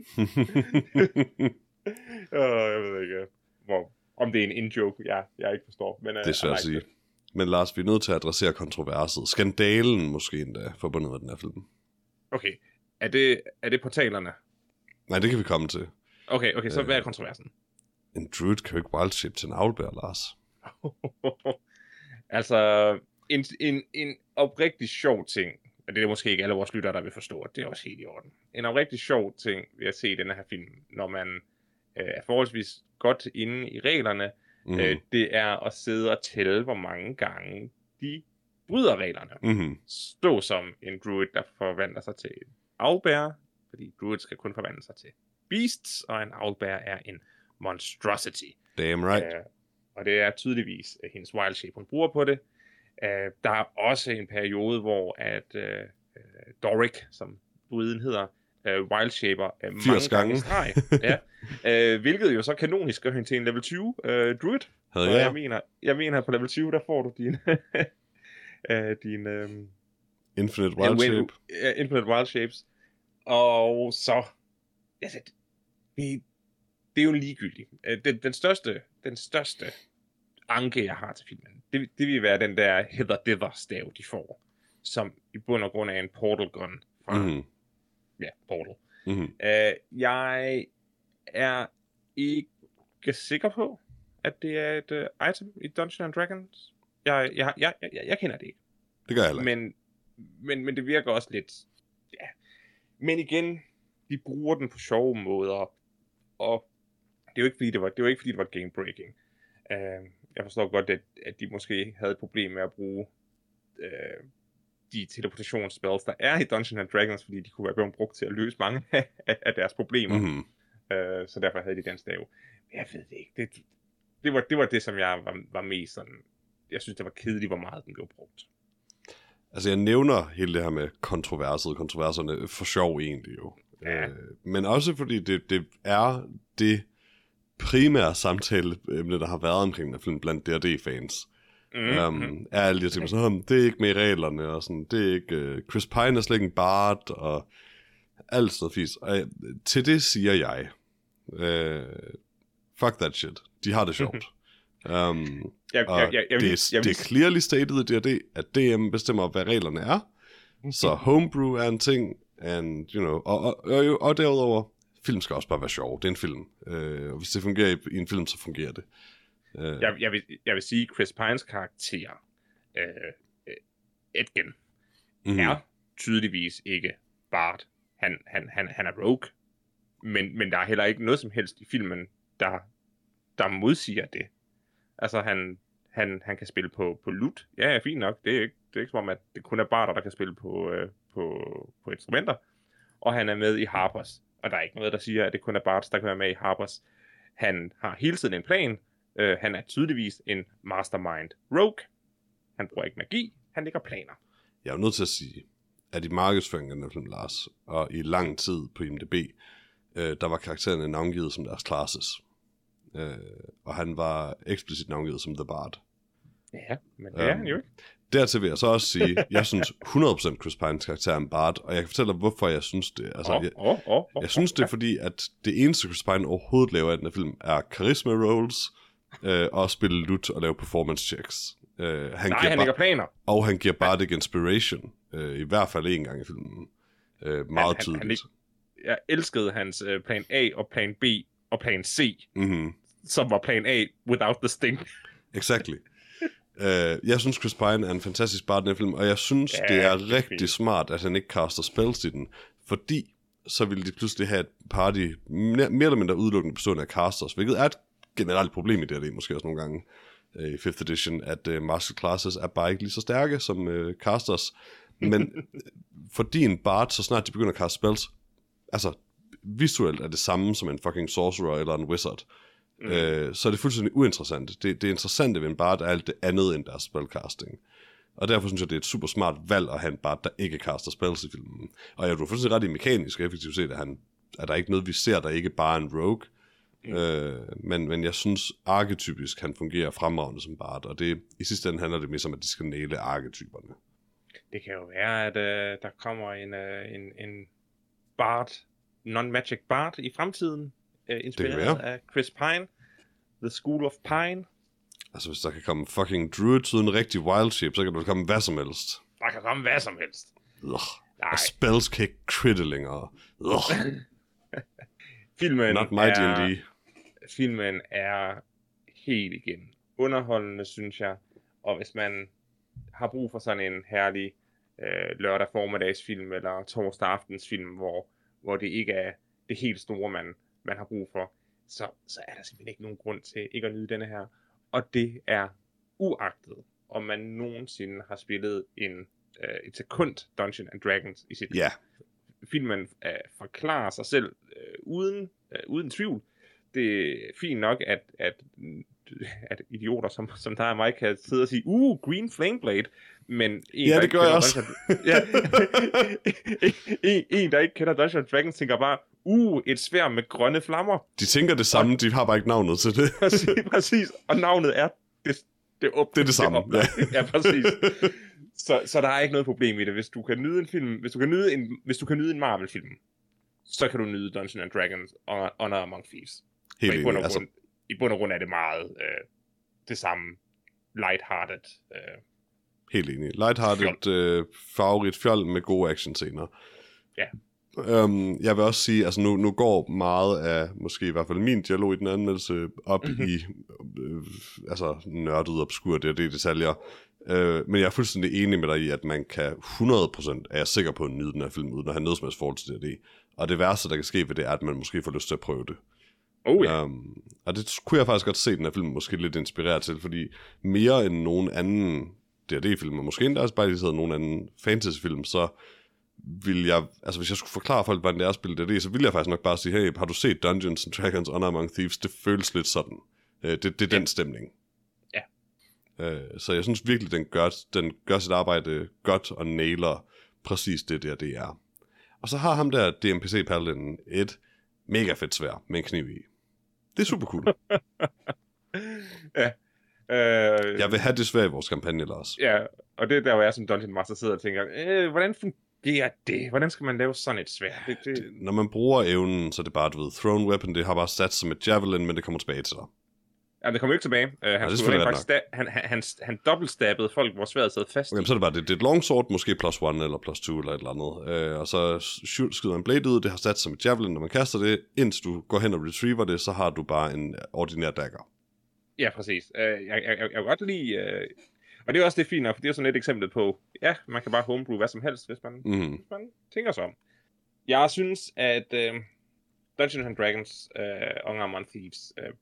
oh, jeg ved ikke, hvor, om det er en in-joke, jeg, jeg ikke forstår. Men, uh, det er svært at sige. Det. Men Lars, vi er nødt til at adressere kontroverset. Skandalen måske endda, forbundet med den her film. Okay, er det, er det portalerne? Nej, det kan vi komme til. Okay, okay, så øh, hvad er kontroversen? En druid kan jo ikke wildshape til en owlbear, Lars. Altså, en, en, en oprigtig sjov ting, og det er måske ikke alle vores lyttere, der vil forstå, det er også helt i orden. En oprigtig sjov ting ved at se i denne her film, når man øh, er forholdsvis godt inde i reglerne, mm. øh, det er at sidde og tælle, hvor mange gange de bryder reglerne. Mm-hmm. Stå som en druid, der forvandler sig til en owlbear, fordi druid skal kun forvandle sig til beasts, og en owlbear er en monstrosity. Damn right. Øh, og det er tydeligvis uh, hendes wild shape, hun bruger på det. Uh, der er også en periode, hvor at uh, uh, Doric, som druiden hedder, uh, wild shaper uh, mange gange i streg. Ja. Uh, hvilket jo så kanonisk gør hende til en level tyve uh, druid. Havde jeg. jeg? jeg mener, jeg mener på level tyve, der får du din uh, din um, Infinite wild uh, shape. Uh, Infinite wild shapes. Og så altså, det, det er jo ligegyldigt. Uh, den, den største den største anke, jeg har til filmen, det, det vil være den der Heather Dither stav, de får, som i bund og grund er en portal gun fra, mm-hmm. ja, Portal. Mm-hmm. Uh, jeg er ikke sikker på, at det er et uh, item i Dungeons and Dragons. Jeg, jeg, jeg, jeg, jeg kender det ikke. Det gør jeg heller ikke. Men, men, men det virker også lidt... Ja. Men igen, de bruger den på sjove måder, og det er jo ikke fordi, det var, det var, ikke, fordi, det var game breaking. Uh, jeg forstår godt, at, at de måske havde et problem med at bruge uh, de teleportationsspells, der er i Dungeons and Dragons, fordi de kunne være blevet brugt til at løse mange af, af deres problemer. Mm-hmm. Uh, så derfor havde de den stav. Jeg ved det ikke. Det, det, var, det var det, som jeg var, var mest sådan... Jeg synes, det var kedeligt, hvor meget den blev brugt. Altså, jeg nævner hele det her med kontroverset, kontroverserne for sjov egentlig jo. Ja. Øh, men også fordi det, det er det primære samtaleemne, der har været omkring den her film blandt D og D-fans. Mm-hmm. Um, er alle de ting, sådan, det er ikke med i reglerne, og sådan, det er ikke... Uh, Chris Pine er slet ikke en bard, og alt sådan noget fisk. Og uh, til det siger jeg, uh, fuck that shit. De har det sjovt. Um, jeg, og jeg, jeg, jeg, det, jeg, jeg, det er clearly stated i D og D, at D M bestemmer, hvad reglerne er. Så homebrew er en ting, and, you know, og, og, og, og derudover, film skal også bare være sjov. Det er en film. Uh, og hvis det fungerer i, i en film, så fungerer det. Uh, jeg, jeg, vil, jeg vil sige, Chris Pines karakter, uh, uh, Edgen, mm-hmm. er tydeligvis ikke Bard. Han, han, han, han er rogue, men, men der er heller ikke noget som helst i filmen, der, der modsiger det. Altså, han, han, han kan spille på, på lute. Ja, ja, fint nok. Det er ikke, det er ikke som om, at det kun er barder, der kan spille på, øh, på, på instrumenter. Og han er med i Harpers. Og der er ikke noget, der siger, at det kun er bards, der kan være med i Harpers. Han har hele tiden en plan. Uh, han er tydeligvis en mastermind rogue. Han bruger ikke magi. Han lægger planer. Jeg er jo nødt til at sige, at i markedsføringen af film, Lars, og i lang tid på I M D B, øh, der var karaktererne navngivet som deres classes. Øh, og han var eksplicit navngivet som The Bard. Ja, men det er um, han jo ikke. Dertil vil jeg så også sige, jeg synes hundrede procent Chris Pines karakter er en Bard, og jeg kan fortælle dig, hvorfor jeg synes det. Altså, oh, jeg, oh, oh, oh, jeg synes det er fordi, at det eneste Chris Pine overhovedet laver i den her film, er charisma rolls, øh, og spille loot og lave performance checks. Øh, han Nej, giver han lægger planer. Og han giver Bardic inspiration, øh, i hvert fald en gang i filmen. Øh, meget han, tydeligt. Han, han, jeg elskede hans øh, plan A og plan B og plan C, mm-hmm. som var plan A without the sting. Exactly. uh, jeg synes, Chris Pine er en fantastisk bard i den film, og jeg synes, ja, det er det rigtig fint. Smart, at han ikke kaster spells i den, fordi så ville de pludselig have et party mere eller mindre udelukkende bestående af casters, hvilket er et generelt problem i det, det er måske også nogle gange uh, i fifth edition, at uh, martial classes er bare ikke lige så stærke som uh, casters, men fordi en bard, så snart de begynder at kaste spells, altså visuelt er det samme som en fucking sorcerer eller en wizard, mm. øh, så er det fuldstændig uinteressant. Det, det interessante ved en bard er alt det andet end deres spellcasting. Og derfor synes jeg, det er et super smart valg at have en bard, der ikke kaster spells i filmen. Og jeg er fuldstændig ret i mekanisk og effektivt set, at, han, at der er ikke noget, vi ser, der ikke bare er en rogue. Mm. Øh, men, men jeg synes, arketypisk han fungerer fremragende som bard, og det, i sidste ende handler det mere om, at de skal næle arketyperne. Det kan jo være, at øh, der kommer en, øh, en, en bard, non-magic bard i fremtiden, øh, inspireret af Chris Pine, The School of Pine. Altså, hvis der kan komme fucking druids uden rigtig wild shape, så kan der komme hvad som helst. Der kan komme hvad som helst. Ugh. Og spells kan ikke critte længere. Filmen Not my er, D and D. Filmen er helt igen underholdende, synes jeg. Og hvis man har brug for sådan en herlig øh, lørdag formiddagsfilm eller torsdag aftensfilm, hvor, hvor det ikke er det helt store, man, man har brug for, så, så er der simpelthen ikke nogen grund til ikke at nyde denne her. Og det er uagtet, om man nogensinde har spillet en, øh, et sekund Dungeons and Dragons i sit liv. Yeah. Filmen øh, forklarer sig selv øh, uden, øh, uden tvivl. Det er fint nok, at, at, at idioter som, som der og mig kan sidde og sige, uh, Green Flameblade, men en, ja, det gør jeg også. ja, en, en, der ikke kender Dungeons and Dragons, tænker bare, uh, et sværd med grønne flammer. De tænker det samme, og de har bare ikke navnet til det. præcis, præcis, og navnet er det, det, op, det er det samme. Det ja. ja, præcis. Så, så der er ikke noget problem i det. Hvis du kan nyde en film, hvis du kan nyde en, hvis du kan nyde en Marvel-film, så kan du nyde Dungeons and Dragons og Honor Among Thieves. Helt i bund, enig, altså... grund, I bund og grund er det meget øh, det samme lighthearted. Øh, Helt enig. Lighthearted, øh, farverigt fjol med gode actionscener. Ja. Um, jeg vil også sige, altså nu, nu går meget af, måske i hvert fald min dialog i den anmeldelse, op mm-hmm. i øh, altså nørdet obskur, det er det detaljer. Uh, men jeg er fuldstændig enig med dig i, at man kan hundrede procent, er jeg sikker på, at nyde den her film, uden at have noget som helst forhold til det. Og det værste, der kan ske ved det, er, at man måske får lyst til at prøve det. Oh, ja. um, og det kunne jeg faktisk godt se, den her film måske lidt inspireret til, fordi mere end nogen anden D og D-film, og måske endda også bare lige nogen anden fantasy-film, så vil jeg, altså hvis jeg skulle forklare folk, hvordan det er at spille D og D, så ville jeg faktisk nok bare sige, hey, har du set Dungeons and Dragons Honor Among Thieves? Det føles lidt sådan. Uh, det, det er ja. den stemning. Ja. Uh, så jeg synes virkelig, den gør, den gør sit arbejde godt og nailer præcis det der, det er. Og så har ham der D M P C-paladinen et mega fedt sværd med en kniv i. Det er super cool. ja. Øh, jeg vil have det svært i vores kampagne, Lars. Ja, og det er der, hvor jeg som Dungeon Master sidder og tænker, øh, hvordan fungerer det? Hvordan skal man lave sådan et sværd? Det, det... Det, når man bruger evnen, så er det bare, du ved, thrown weapon, det har bare sat som et javelin, men det kommer tilbage til dig. Ja, det kommer ikke tilbage. Uh, han, ja, skulle faktisk sta- han, han, han, han dobbeltstabbede folk, hvor sværet sad fast. Okay, så er det bare, det, det er et longsword, måske plus one eller plus two eller et eller andet. Uh, og så skyder en blade ud, det har sat som et javelin, når man kaster det. Indtil du går hen og retriever det, så har du bare en ordinær dagger. Ja, præcis. Uh, jeg, jeg, jeg, jeg kan godt lide... Uh... Og det er også det fine, for det er sådan et eksempel på, ja, man kan bare homebrew hvad som helst, hvis man, mm. hvis man tænker sig om. Jeg synes, at uh, Dungeons and Dragons uh, Honor Among Thieves uh,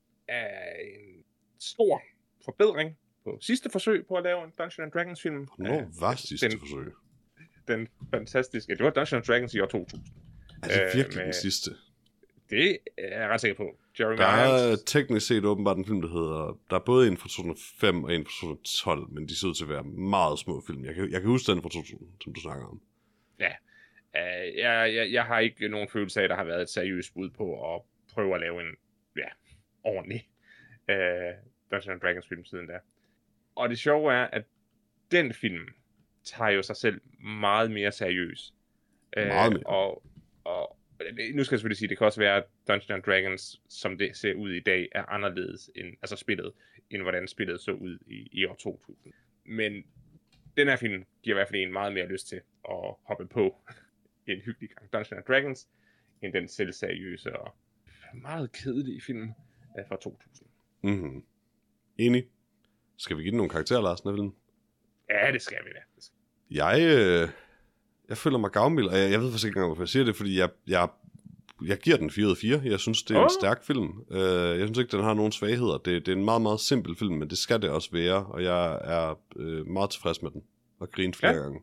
er en stor forbedring på sidste forsøg på at lave en Dungeons and Dragons film. Hvornår var sidste den, forsøg? Den fantastiske, det var Dungeons and Dragons i år to tusind. Er det virkelig med, den sidste? Det er jeg ret sikker på. Jeremy der er Irons. teknisk set åbenbart en film, der hedder... Der er både en fra to tusind og fem og en fra to tusind og tolv, men de ser ud til at være meget små film. Jeg kan, jeg kan huske den fra to tusind, som du snakker om. Ja. Uh, jeg, jeg, jeg har ikke nogen følelse af, at der har været et seriøst bud på at prøve at lave en ja, ordentlig uh, Dungeons and Dragons film siden da. Og det sjove er, at den film tager jo sig selv meget mere seriøs. Uh, meget mere. Og, og nu skal jeg selvfølgelig sige, at det kan også være, at Dungeons and Dragons, som det ser ud i dag, er anderledes end, altså spillet, end hvordan spillet så ud i, i år to tusind. Men den her film giver i hvert fald en meget mere lyst til at hoppe på en hyggelig gang Dungeons and Dragons, end den selvseriøse og meget kedelige film fra to tusind. Mm-hmm. Enig. Skal vi give den nogle karakterer, Lars, den film? Ja, det skal vi da. Jeg... Øh... Jeg føler mig gavmild, og jeg, jeg ved faktisk ikke engang, hvorfor jeg siger det, fordi jeg, jeg, jeg giver den fire ud af fire. Jeg synes, det er oh. en stærk film. Uh, jeg synes ikke, den har nogen svagheder. Det, det er en meget, meget simpel film, men det skal det også være, og jeg er uh, meget tilfreds med den, og griner flere ja. gange.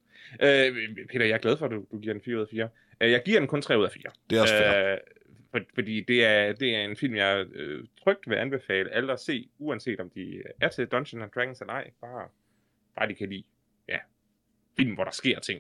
Uh, Peter, jeg er glad for, at du, du giver den fire ud af fire. Uh, jeg giver den kun tre ud af fire. Det er også fair. Uh, for, fordi det er, det er en film, jeg uh, trygt vil anbefale alle at se, uanset om de er til Dungeons and Dragons eller ej. Bare, bare de kan lide ja, film, hvor der sker ting.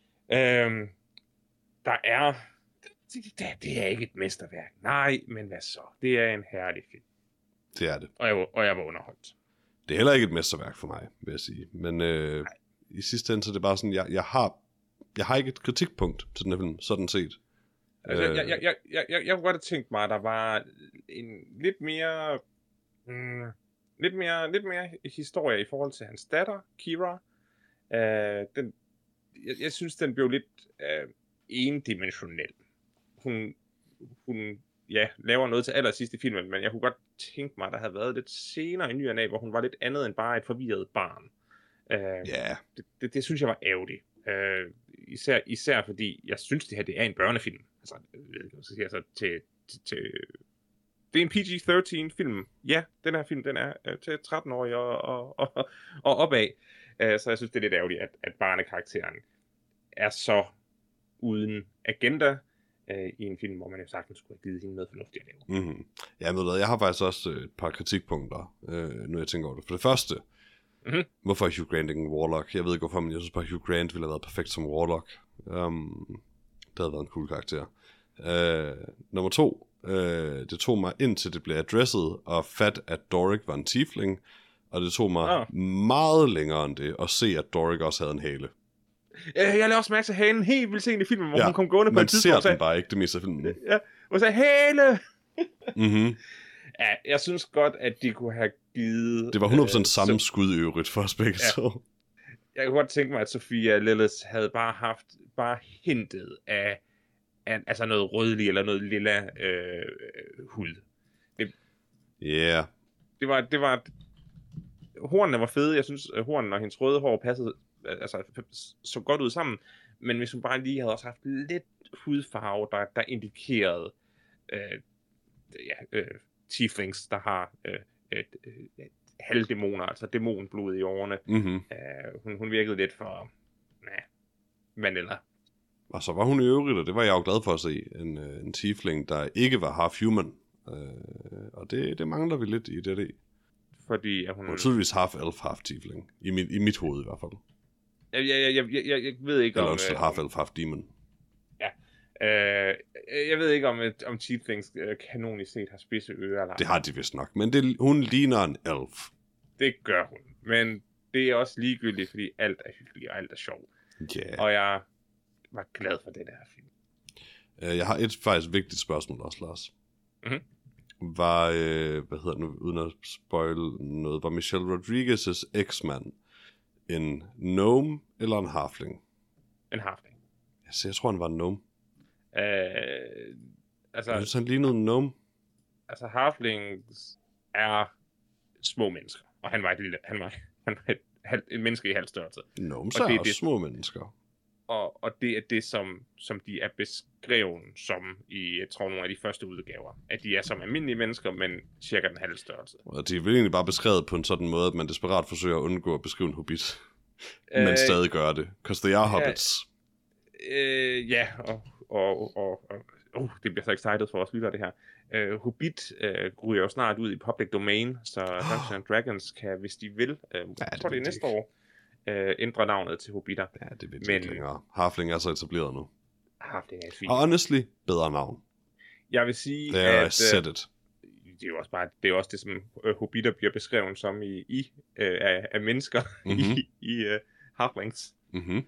Øhm, der er det, det, det er ikke et mesterværk. Nej, men hvad så? Det er en herlig film. Det er det. Og jeg, og jeg var underholdt. Det er heller ikke et mesterværk for mig, vil jeg sige. Men øh, i sidste ende så er det bare sådan, jeg, jeg har jeg har ikke et kritikpunkt til den her film, sådan set. Altså, øh, jeg, jeg, jeg, jeg, jeg, jeg kunne godt have tænkt mig, at der var en lidt mere mm, lidt mere lidt mere historie i forhold til hans datter, Kira. Øh, den Jeg, jeg synes, den blev lidt øh, endimensionel. Hun, hun ja, laver noget til allersidst i filmen, men jeg kunne godt tænke mig, at der havde været lidt senere i ny og næ, hvor hun var lidt andet end bare et forvirret barn. Øh, yeah. det, det, det synes jeg var ærgerligt. Øh, især, især fordi, jeg synes, det her det er en børnefilm. Altså, jeg ved ikke, hvad jeg siger, så til, til, til... Det er en P G tretten film. Ja, den her film, den er øh, til tretten-årige og, og, og, og opad. Uh, så jeg synes, det er lidt ærgerligt, at, at barnekarakteren er så uden agenda uh, i en film, hvor man jo sagtens skulle have givet hende noget fornuftigt at lave. Mm-hmm. Ja, ved du, jeg har faktisk også et par kritikpunkter, øh, nu jeg tænker over det. For det første, mm-hmm. hvorfor er Hugh Grant ikke en Warlock? Jeg ved ikke hvorfor, men jeg synes bare, Hugh Grant ville have været perfekt som Warlock. Um, det havde været en cool karakter. Uh, nummer to, uh, det tog mig indtil det blev adresset og fat, at Doric var en tiefling. Og det tog mig oh. meget længere end det at se, at Doric også havde en hale. Jeg lavede også mærke til hanen helt vildt sent i filmen, hvor ja, hun kom gående på et tidspunkt. Man ser den bare ikke, det meste af filmen. Ja, og sagde, hale! mm-hmm. Ja, jeg synes godt, at de kunne have givet... Det var hundrede procent øh, samme så... skud i øvrigt for os begge ja. så. jeg kunne godt tænke mig, at Sophia Lillis havde bare haft, bare hintet af, af altså noget rødlig eller noget lilla øh, hud. Det, Yeah. det var, det var, hornene var fede. Jeg synes, at hornene og hendes røde hår passede, altså, så godt ud sammen. Men hvis hun bare lige havde også haft lidt hudfarve, der, der indikerede øh, ja, øh, tieflings, der har øh, et, et, halvdæmoner, altså dæmonblod i årene. Mm-hmm. Uh, hun, hun virkede lidt for nah, vanilla. Og så var hun i øvrigt, og det var jeg jo glad for at se, en, en tiefling, der ikke var half-human. Uh, og det, det mangler vi lidt i D og D. Fordi at hun... Hun er tydeligvis half-elf, half-tiefling. I mit, I mit hoved i hvert fald. Jeg, jeg, jeg, jeg, jeg, jeg ved ikke Eller om... undskyld, uh, half-elf, half-demon. Ja. Uh, jeg ved ikke om, om tieflings uh, kanonisk set har spidse ører. Eller Det har de vist nok, men det, hun ligner en elf. Det gør hun. Men det er også ligegyldigt, fordi alt er hyggeligt, og alt er sjovt. Yeah. Og jeg var glad for det der film. Uh, jeg har et faktisk vigtigt spørgsmål også, Lars. Mm-hmm. Var, øh, hvad hedder det nu, uden at spoil noget, var Michelle Rodriguez's eksmand en gnome eller en halfling? En halfling. Jeg, jeg tror, han var en gnome. Uh, altså, Jeg synes, han lignede en gnome. altså halflings er små mennesker. Og han var et lille, han var, han var et, halv, et menneske i halv størrelse. Gnomes Og er det er også det- små mennesker. Og, og det er det, som, som de er beskrevet som i, jeg tror, nogle af de første udgaver. At de er som almindelige mennesker, men cirka den halve størrelse. Og de er vel egentlig bare beskrevet på en sådan måde, at man desperat forsøger at undgå at beskrive en hobbit. Øh, Men stadig gør det. Because they are hobbits. Øh, ja, og, og, og, og uh, det bliver så excited for os lytter det her. Uh, Hobbit uh, ryger jo snart ud i public domain, så Dungeons and Dragons kan, hvis de vil, uh, jeg det tror det ved er de næste ikke. år, uh, ændre navnet til Hobbiter. Ja, det ved Men- jeg ikke længere. Halfling er så etableret nu. Ah, det er fint. Og honestly, bedre navn. Jeg vil sige, There I at said uh, it. det er jo også bare det er også det som uh, Hobbiter bliver beskrevet som i, i uh, af, af mennesker Mhm. i, i uh, halflings. Mm-hmm.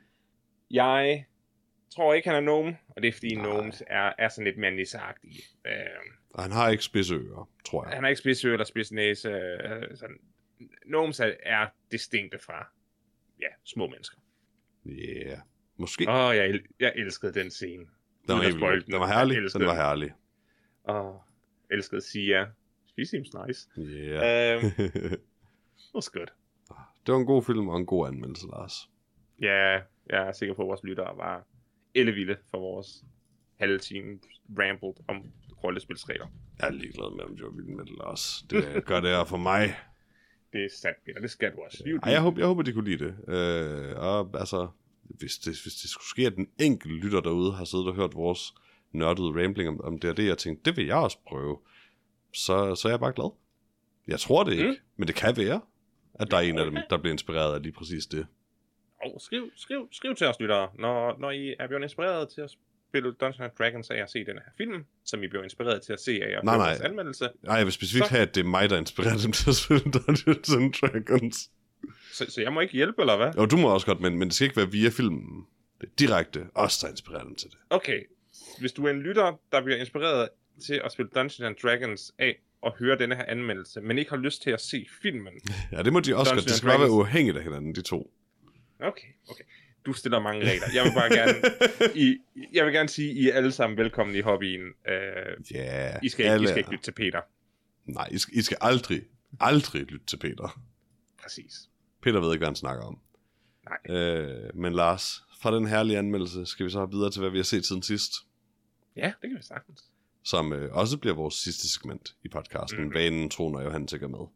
Jeg tror ikke han er gnome, og det er fordi Nej. gnomes er, er sådan lidt mere nisseagtige. Uh, Og han har ikke spidse ører, tror jeg. Han har ikke spidsø eller spidsnæse. Øh, sådan. Gnomes er, er distinkte fra ja, små mennesker. Yeah. Måske. Åh, oh, jeg, el- jeg elskede den scene. Den var, uden at helt spoil vildt. den. Den var herlig. Jeg elskede Den var den. herlig. Åh, oh, elskede Sia. She seems nice. Yeah. Um, it was good. Det var en god film og en god anmeldelse, Lars. Ja, jeg er sikker på, at vores lyttere var ellevilde for vores halve time rambled om rollespilsregler. Jeg er ligeglad med, om de var vilde med det, Lars. Det gør det her for mig. Det er sandt, Peter. Det skal du også. Vi er jo Ej, jeg håber, jeg håber, de kunne lide det. Øh, og altså, hvis det, hvis det skulle ske, at den enkelte lytter derude har siddet og hørt vores nørdede rambling om, om det og det, og tænkt, det vil jeg også prøve, så, så er jeg bare glad. Jeg tror det ikke, Mm. men det kan være, at der er en af dem, Okay. der bliver inspireret af lige præcis det. Og skriv, skriv, skriv til os, lyttere, når, når I er blevet inspireret til at spille Dungeons and Dragons af at se den her film, som I blev inspireret til at se af at Nej, høre nej. vores anmeldelse. Nej, jeg vil specifikt Så- have, at det er mig, der inspirerer dem til at spille Dungeons and Dragons. Så, så jeg må ikke hjælpe, eller hvad? Og du må også godt, men, men det skal ikke være via filmen. Det er direkte os, der inspirerer dem til det. Okay, hvis du er en lytter, der bliver inspireret til at spille Dungeons and Dragons af at høre denne her anmeldelse, men ikke har lyst til at se filmen. Ja, det må de også Dungeons godt. Det and skal bare være Dragons. uafhængigt af hinanden, de to. Okay, okay. Du stiller mange regler. Jeg vil bare gerne, I, jeg vil gerne sige, I er alle sammen velkommen i hobbyen. Uh, Ja, I, skal ikke, I alle skal er- ikke lytte til Peter. Nej, I skal, I skal aldrig, aldrig lytte til Peter. Præcis. Peter ved ikke, hvad han snakker om. Nej. Øh, men Lars, fra den herlige anmeldelse, skal vi så videre til, hvad vi har set siden sidst. Ja, det kan vi sagtens. Som øh, også bliver vores sidste segment i podcasten. Mhm. Mm-hmm. Vanen tror, når Johan tænker med.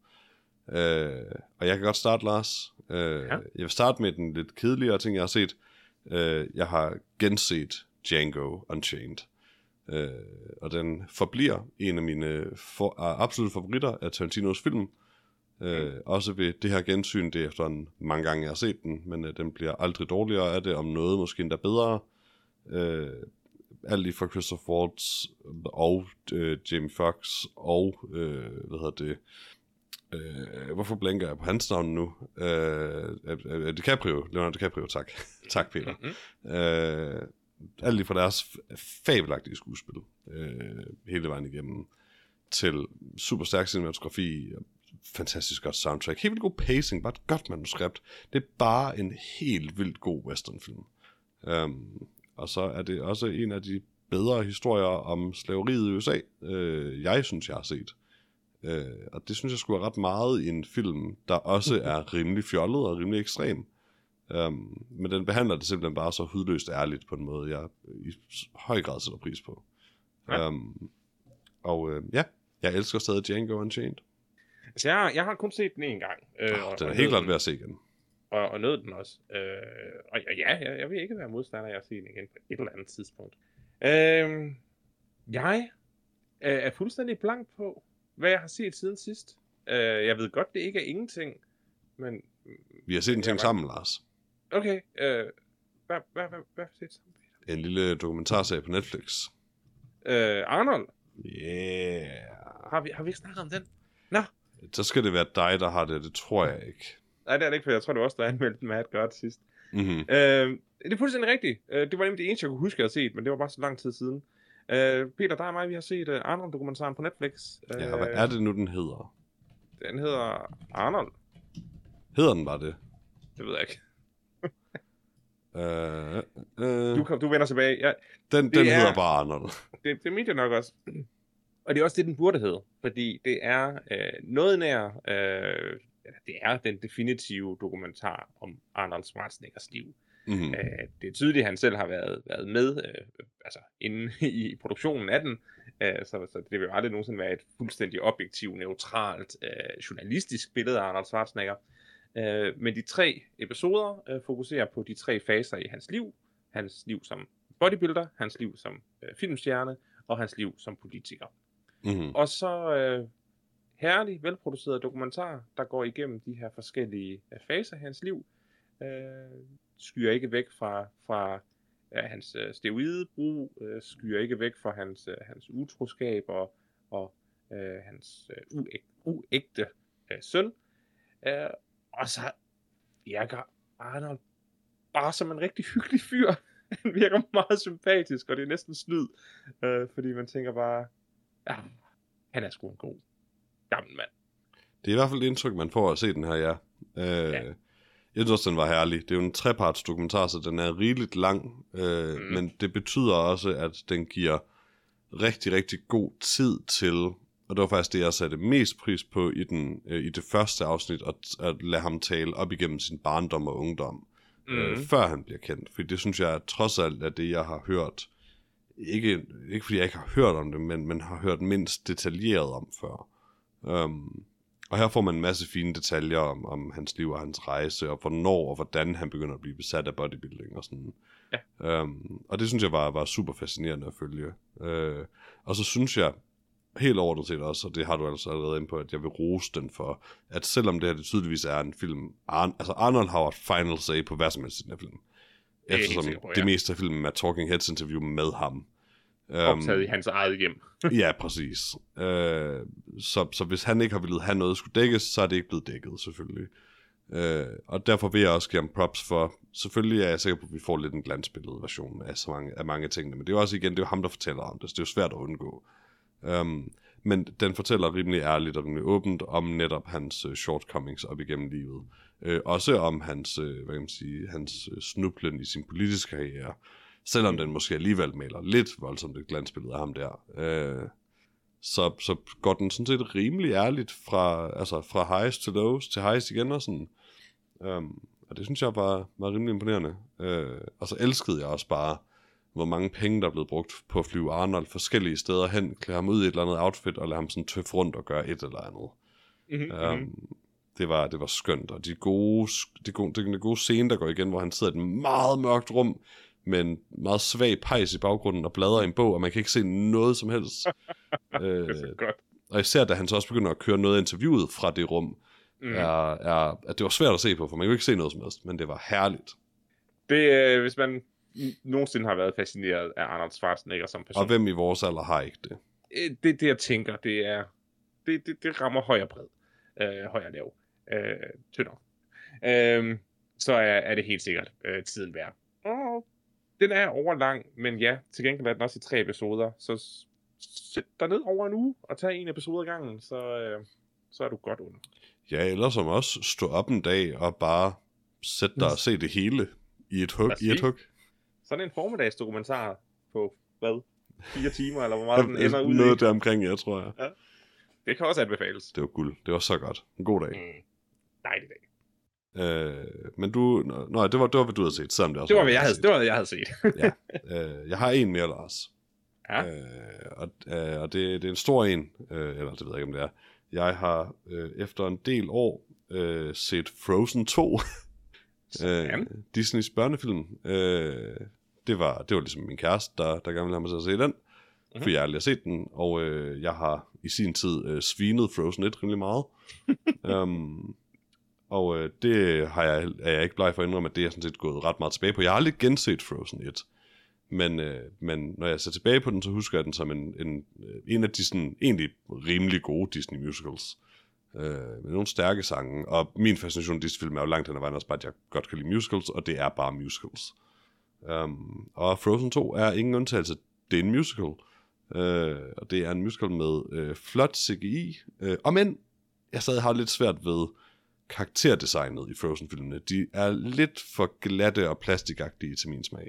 Øh, og jeg kan godt starte, Lars. Øh, Ja. Jeg vil starte med den lidt kedeligere ting, jeg har set. Øh, jeg har genset Django Unchained. Øh, og den forbliver en af mine for, absolutte favoritter af Tarantinos film. Øh, også ved det her gensyn, det er efterhånden mange gange, jeg har set den, men øh, den bliver aldrig dårligere af det, om noget måske endda bedre. Øh, alt lige fra Christopher Waltz og øh, Jamie Foxx og, øh, hvad hedder det, øh, hvorfor blanker jeg på hans navn nu? Øh, øh, øh, DiCaprio, Leonardo DiCaprio, tak. Tak, Peter. Mm-hmm. Øh, alt lige fra deres f- fabelagtige skuespil, øh, hele vejen igennem, til super stærk cinematografi, fantastisk godt soundtrack, helt vildt god pacing, bare et godt manuskript. Det er bare en helt vildt god westernfilm. Um, og så er det også en af de bedre historier om slaveriet i U S A, øh, jeg synes, jeg har set. Øh, og det synes jeg skulle være ret meget i en film, der også er rimelig fjollet og rimelig ekstrem. Um, men den behandler det simpelthen bare så hudløst ærligt på en måde, jeg i høj grad sætter pris på. Ja. Um, og øh, ja, jeg elsker stadig Django Unchained. Altså, jeg, jeg har kun set den en gang. Øh, oh, og, den er og helt klart den, ved at se igen. Og, og nød den også. Øh, og ja, jeg, jeg vil ikke være modstander af at se den igen på et eller andet tidspunkt. Øh, jeg er fuldstændig blank på, hvad jeg har set siden sidst. Øh, jeg ved godt, det ikke er ingenting, men... Vi har set en ting sammen, Lars. Okay, øh, hvad, hvad, hvad, hvad har vi set sammen? En lille dokumentarserie på Netflix. Øh, Arnold? Yeah. Har vi, har vi ikke snakket om den? Nå. Så skal det være dig, der har det, det tror jeg ikke. Nej, det er det ikke, for jeg tror, det var også, der anmeldte den med at gøre det sidst. Mm-hmm. Øh, det er fuldstændig rigtigt. Øh, det var nemlig det eneste, jeg kunne huske, jeg havde set, men det var bare så lang tid siden. Øh, Peter, der er mig, vi har set uh, Arnold-dokumentaren på Netflix. Øh, Ja, hvad er det nu, den hedder? Den hedder Arnold. Hedder den bare det? Det ved jeg ikke. øh, øh, Du, kom, du vender tilbage. Ja, den den er, hedder bare Arnold. Det, det mente jeg nok også. Og det er også det, den burde hedde. Fordi det er øh, noget nær... Øh, det er den definitive dokumentar om Arnold Schwarzeneggers liv. Mm-hmm. Øh, det er tydeligt, at han selv har været, været med øh, altså inde i produktionen af den. Øh, så, så det vil jo aldrig nogensinde være et fuldstændig objektivt, neutralt, øh, journalistisk billede af Arnold Schwarzenegger. Øh, men de tre episoder øh, fokuserer på de tre faser i hans liv. Hans liv som bodybuilder, hans liv som øh, filmstjerne og hans liv som politiker. Mm-hmm. Og så øh, herlig, velproduceret dokumentar, der går igennem de her forskellige øh, faser af hans liv. Øh, skyer ikke væk fra, fra ja, hans øh, steroidebrug, øh, skyer ikke væk fra hans, øh, hans utroskab og, og øh, hans øh, uægte, uægte øh, søn. Øh, og så virker Arnold bare som en rigtig hyggelig fyr. Han virker meget sympatisk, og det er næsten snyd, øh, fordi man tænker bare, ja, han er sgu en god gammel mand. Det er i hvert fald det indtryk, man får at se den her, ja. Øh, ja. Jeg synes også, den var herlig. Det er jo en treparts dokumentar, så den er rigeligt lang, øh, mm. men det betyder også, at den giver rigtig, rigtig god tid til, og det var faktisk det, jeg satte mest pris på i, den, øh, i det første afsnit, at, at lade ham tale op igennem sin barndom og ungdom, mm. øh, før han bliver kendt. For det synes jeg trods alt er det, jeg har hørt, ikke, ikke fordi jeg ikke har hørt om det, men, men har hørt mindst detaljeret om før. Um, Og her får man en masse fine detaljer om, om hans liv og hans rejse, og hvornår og hvordan han begynder at blive besat af bodybuilding og sådan. Ja. Um, og det synes jeg var, var super fascinerende at følge. Uh, og så synes jeg helt overordnet set også, og det har du altså allerede inde på, at jeg vil rose den for, at selvom det her det tydeligvis er en film, Ar- altså Arnold har et final say på hvad som helst i den her film. Eftersom på, ja. det meste af filmen er Talking Heads interview med ham. Optaget um, i hans eget hjem. Ja, præcis. Uh, så, så hvis han ikke har ville have noget, der skulle dækkes, så er det ikke blevet dækket, selvfølgelig. Uh, og derfor vil jeg også give ham props for, selvfølgelig er jeg sikker på, at vi får lidt en glansbillede version af, så mange, af mange af tingene, men det er jo også igen, det er jo ham, der fortæller om det, så det er jo svært at undgå. Um, men den fortæller rimelig ærligt og rimelig åbent om netop hans uh, shortcomings op igennem livet. Uh, også om hans, uh, hvad kan man sige, hans uh, snublen i sin politiske karriere. Selvom den måske alligevel maler lidt voldsomt et glansbillede af ham der. Øh, så, så går den sådan set rimelig ærligt fra, altså fra highs til lows til highs igen og sådan. Um, og det synes jeg var, var rimelig imponerende. Øh, og så elskede jeg også bare, hvor mange penge der er blevet brugt på at flyve Arnold forskellige steder hen, klæde ham ud i et eller andet outfit og lade ham sådan tøffe rundt og gøre et eller andet. Mm-hmm. Um, det, var, det var skønt. Og de gode, de gode, de gode scene, der går igen, hvor han sidder i et meget mørkt rum, med en meget svag pejs i baggrunden og bladrer i en bog, og man kan ikke se noget som helst. øh, det er så godt. Og især da han så også begynder at køre noget af interviewet fra det rum, mm. er, er, at det var svært at se på, for man kunne ikke se noget som helst, men det var herligt. Det, øh, hvis man nogensinde har været fascineret af Arnold Schwarzenegger som person. Og hvem i vores alder har ikke det? Det, det jeg tænker, det er, det, det, det rammer høj og bred, øh, høj og lav, øh, tynder. Øh, så er, er det helt sikkert øh, tiden værd. Og den er overlang, men ja, til gengæld er den også i tre episoder, så sæt dig ned over en uge og tag en episode ad gangen, så, øh, så er du godt under. Ja, eller som også stå op en dag og bare sætte dig og se det hele i et hug. I et hug. Sådan en formiddagsdokumentar på, hvad, fire timer, eller hvor meget den ender ud i. Noget der omkring, jeg tror jeg. Ja. Det kan også anbefales. Det var guld. Det var så godt. En god dag. Mm. Dejlig dag. Øh, men du... Nå, det var, det var, hvad du havde set, selvom det også det var, hvad jeg havde, det var, hvad jeg havde set. ja. Øh, jeg har en mere, Lars. Ja. Øh, og øh, og det, det er en stor en, øh, eller det ved jeg ikke, om det er. Jeg har øh, efter en del år øh, set Frozen to. øh, Disneys børnefilm. Øh, det, var, det var ligesom min kæreste, der, der gerne ville have mig til at se den. Mm-hmm. For jeg aldrig har set den. Og øh, jeg har i sin tid øh, svinet Frozen et rimelig meget. um, og øh, det har jeg, er jeg ikke bleg for at indrømme, at det er sådan set gået ret meget tilbage på. Jeg har aldrig genset Frozen et. Men, øh, men når jeg ser tilbage på den, så husker jeg den som en, en, en af de sådan, egentlig rimelig gode Disney musicals. Øh, med nogle stærke sange. Og min fascination af Disney-film er jo langt hen ad vejen også bare, at jeg godt kan lide musicals, og det er bare musicals. Um, og Frozen to er ingen undtagelse. Det er en musical. Øh, og det er en musical med øh, flot C G I. Øh, og men, jeg stadig har lidt svært ved karakterdesignet i Frozen-filmene. De er lidt for glatte og plastikagtige til min smag.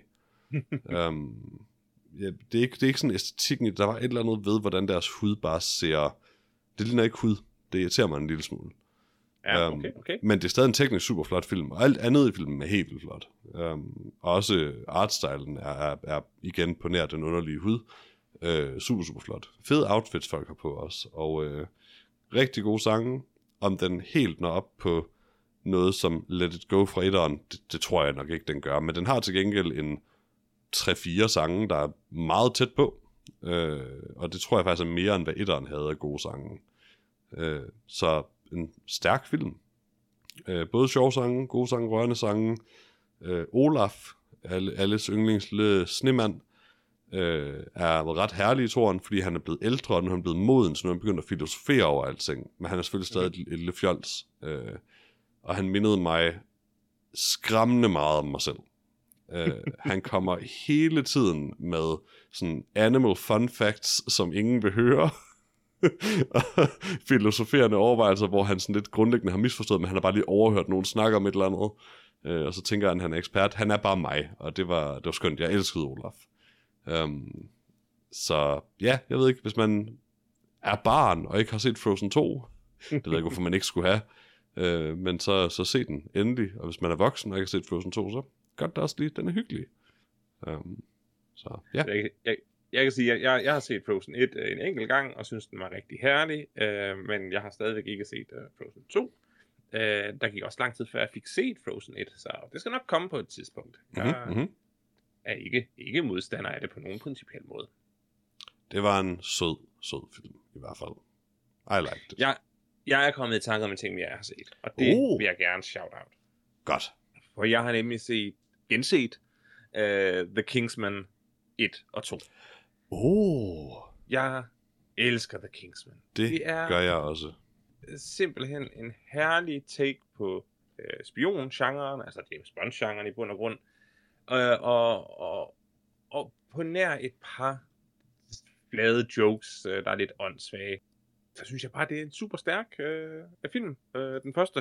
um, ja, det, er ikke, det er ikke sådan æstetikken. Der var et eller andet ved, hvordan deres hud bare ser... Det ligner ikke hud. Det irriterer mig en lille smule. Ja, okay, okay. Um, men det er stadig en teknisk super flot film, og alt andet i filmen er helt vildt flot. Um, og også artstylen er, er, er igen på nær den underlige hud. Uh, super, super flot. Fede outfits folk har på også, og uh, rigtig gode sange. Om den helt når op på noget som Let It Go fra etteren, det, det tror jeg nok ikke, den gør. Men den har til gengæld en tre fire sange, der er meget tæt på. Uh, og det tror jeg faktisk er mere, end hvad etteren havde af gode sange. Uh, så en stærk film. Uh, både sjove sange, gode sange, rørende sange. Uh, Olaf, alle, alles yndlings lille snemand, uh, er ret herlig i toren, fordi han er blevet ældre, og nu er han blevet moden, så nu er han begyndt at filosofere over alting. Men han er selvfølgelig stadig et, et lille fjols. Uh, og han mindede mig skræmmende meget om mig selv. Uh, han kommer hele tiden med sådan animal fun facts, som ingen vil høre. Filosoferende overvejelser, hvor han sådan lidt grundlæggende har misforstået, men han har bare lige overhørt nogen snakke om et eller andet, øh, og så tænker han, at han er ekspert. Han er bare mig, og det var, det var skønt. Jeg elskede Olaf. Um, så ja, jeg ved ikke, hvis man er barn og ikke har set Frozen to, det ved jeg ikke, hvorfor man ikke skulle have, øh, men så, så se den endelig. Og hvis man er voksen og ikke har set Frozen to, så gør det også lige. Den er hyggelig. Um, så ja. Jeg, jeg, Jeg kan sige, at jeg, jeg har set Frozen et øh, en enkelt gang, og synes, den var rigtig herlig, øh, men jeg har stadigvæk ikke set øh, Frozen to. Øh, der gik også lang tid, før jeg fik set Frozen et, så det skal nok komme på et tidspunkt. Jeg mm-hmm. er ikke, ikke modstander af det på nogen principiel måde. Det var en sød, sød film, i hvert fald. I liked it. Jeg, jeg er kommet i tanke om en ting, jeg har set, og det uh. vil jeg gerne shout out. Godt. For jeg har nemlig set, genset uh, The Kingsman et og to. Oh. Jeg elsker The Kingsman. Det, det er gør jeg også. Simpelthen en herlig take på øh, spion-genren, altså James Bond-genren i bund og grund. Øh, og, og, og på nær et par flade jokes, øh, der er lidt åndssvage, så synes jeg bare, det er en super stærk øh, film, øh, den første.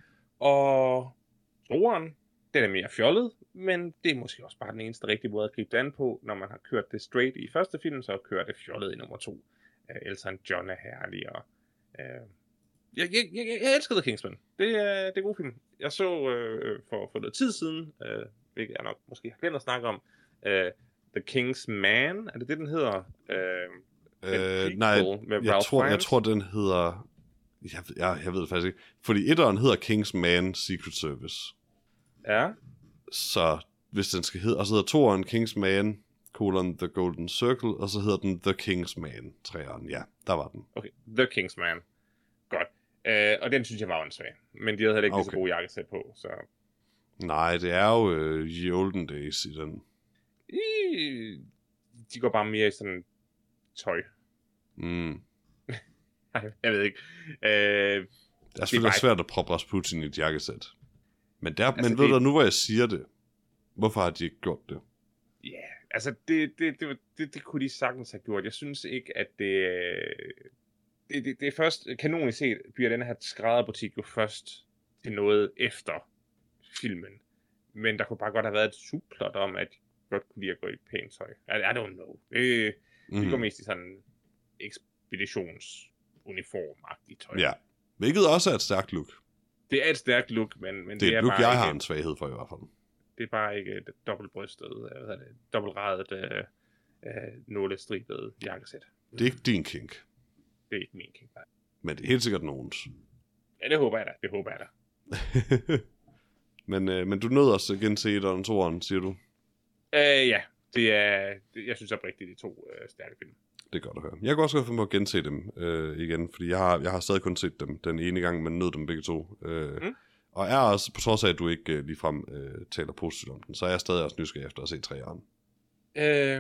Og toeren, den er mere fjollet, men det er måske også bare den eneste rigtige måde at gribe det an på, når man har kørt det straight i første film, så kører det fjollet i nummer to. Uh, Elton John er herlig, og uh, jeg, jeg, jeg, jeg elsker The Kingsman. Det er, det er god film. Jeg så uh, for, for noget tid siden, uh, hvilket jeg nok måske har glemt at snakke om, uh, The King's Man, er det det, den hedder? Uh, øh, nej, jeg tror, jeg tror, den hedder... Jeg, jeg, jeg ved det faktisk ikke. Fordi etteren hedder King's Man Secret Service. Ja. Så hvis den skal hedde, og så hedder toeren King's Man, colon The Golden Circle, og så hedder den The King's Man, treeren. Ja, der var den. Okay, The King's Man. Godt. Uh, og den synes jeg var åndssvag. Men de havde heller ikke okay. lige så gode jakkesæt på, så... Nej, det er jo uh, The Olden Days i den. I... De går bare mere i sådan tøj. Mm. Jeg ved ikke. Uh, det er selvfølgelig bare... svært at proppe Rasputin i et jakkesæt. Men, der, altså men ved det... du, nu hvor jeg siger det, hvorfor har de ikke gjort det? Ja, yeah, altså det, det, det, det, det kunne de sagtens have gjort. Jeg synes ikke, at det... det, det, det er først, kanonisk set, bliver den her skrædderbutik jo først til noget efter filmen. Men der kunne bare godt have været et subplot om, at de godt kunne lide at gå i pænt tøj. I, I don't know. Det, mm. det går mest i sådan ekspeditionsuniform-agtigt tøj. Ja, hvilket også er et stærkt look. Det er et stærkt look, men, men det, det er er et look, bare jeg ikke, har en svaghed for i hvert fald. Det er bare ikke et dobbeltbrystet, hvad hedder det, dobbeltradet øh, øh, nålestribet jakkesæt. Det er ikke din kink. Det er ikke min kink, nej. Men det er helt sikkert nogens. Ja, det håber jeg da. Det håber jeg da. men, øh, men du nåede også at gense etteren og toeren, siger du? Øh, ja, det er, det, jeg synes oprigtigt, de to øh, stærke film. Det er godt at høre. Jeg kan også godt finde på at gense dem øh, igen, fordi jeg har, jeg har stadig kun set dem den ene gang, men nød dem begge to. Øh, mm. Og er også, på trods af, at du ikke øh, ligefrem øh, taler positivt om den, så er jeg stadig også nysgerrig efter at se treeren. Øh, ja.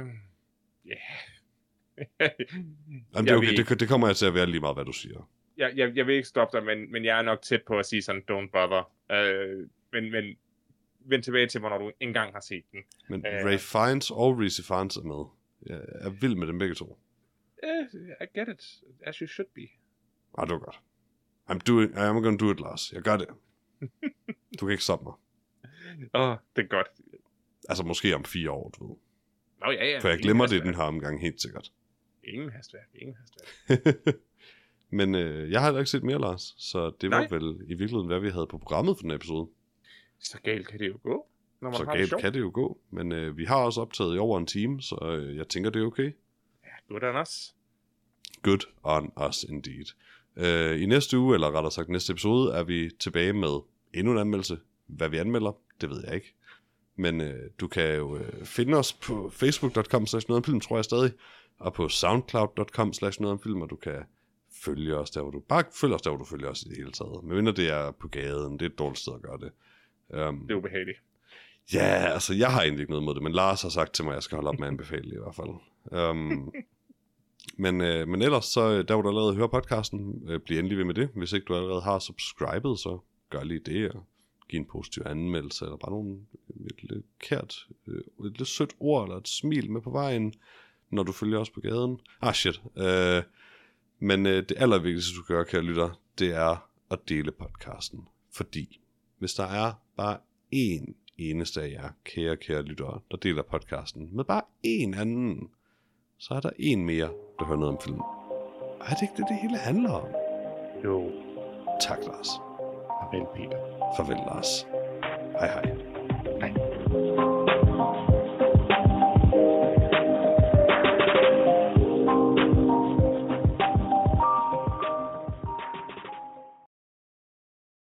Jamen, det, er okay. det, det kommer jeg til at være lige meget, hvad du siger. Jeg, jeg, jeg vil ikke stoppe dig, men, men jeg er nok tæt på at sige sådan, don't bother. Øh, men, men vend tilbage til, hvornår du engang har set den. Men øh, Ray Fiennes og Reese Fiennes er med. Jeg er vild med dem begge to. Uh, I get it. As you should be. Ah, det var godt. I'm doing, I'm gonna do it, Lars. Jeg gør det. Du kan ikke stoppe mig. Åh, oh, det er godt. Altså måske om fire år, du ved. Nå ja, ja. For jeg glemmer det den her omgang helt sikkert. Ingen hastværk, ingen hastværk. Men øh, jeg har heller ikke set mere, Lars. Så det var Nej. vel i virkeligheden, hvad vi havde på programmet for den episode. Så galt kan det jo gå. Når man så har galt det kan det jo gå. Men øh, vi har også optaget i over en time, så øh, jeg tænker, det er okay. Ja, good on us. Good on us indeed. Øh, I næste uge, eller rettere sagt næste episode, er vi tilbage med endnu en anmeldelse. Hvad vi anmelder, det ved jeg ikke. Men øh, du kan jo øh, finde os på facebook punktum com slash noget om film, tror jeg stadig. Og på soundcloud punktum com slash noget om film, og du kan følge os der, hvor du... Bare følg os der, hvor du følger os i det hele taget. Men mindre det er på gaden, det er et dårligt sted at gøre det. Um, det er ubehageligt. Ja, altså jeg har egentlig ikke noget mod det, men Lars har sagt til mig, at jeg skal holde op med at anbefale i hvert fald. Um, men, øh, men ellers, så der hvor du allerede hører podcasten, øh, bliv endelig ved med det. Hvis ikke du allerede har subscribet, så gør lige det, og giv en positiv anmeldelse, eller bare nogle, et lidt kært, øh, et lidt sødt ord, eller et smil med på vejen, når du følger os på gaden. Ah shit. Øh, men øh, det allervigtigste, du gør, kære lytter, det er at dele podcasten. Fordi hvis der er bare én eneste af jer, kære, kære lyttere, der deler podcasten med bare én anden, så er der en mere, der hører noget om film. Er det ikke det, det hele handler om? Jo. Tak, Lars. Farvel, Peter. Farvel, Lars. Hej, hej.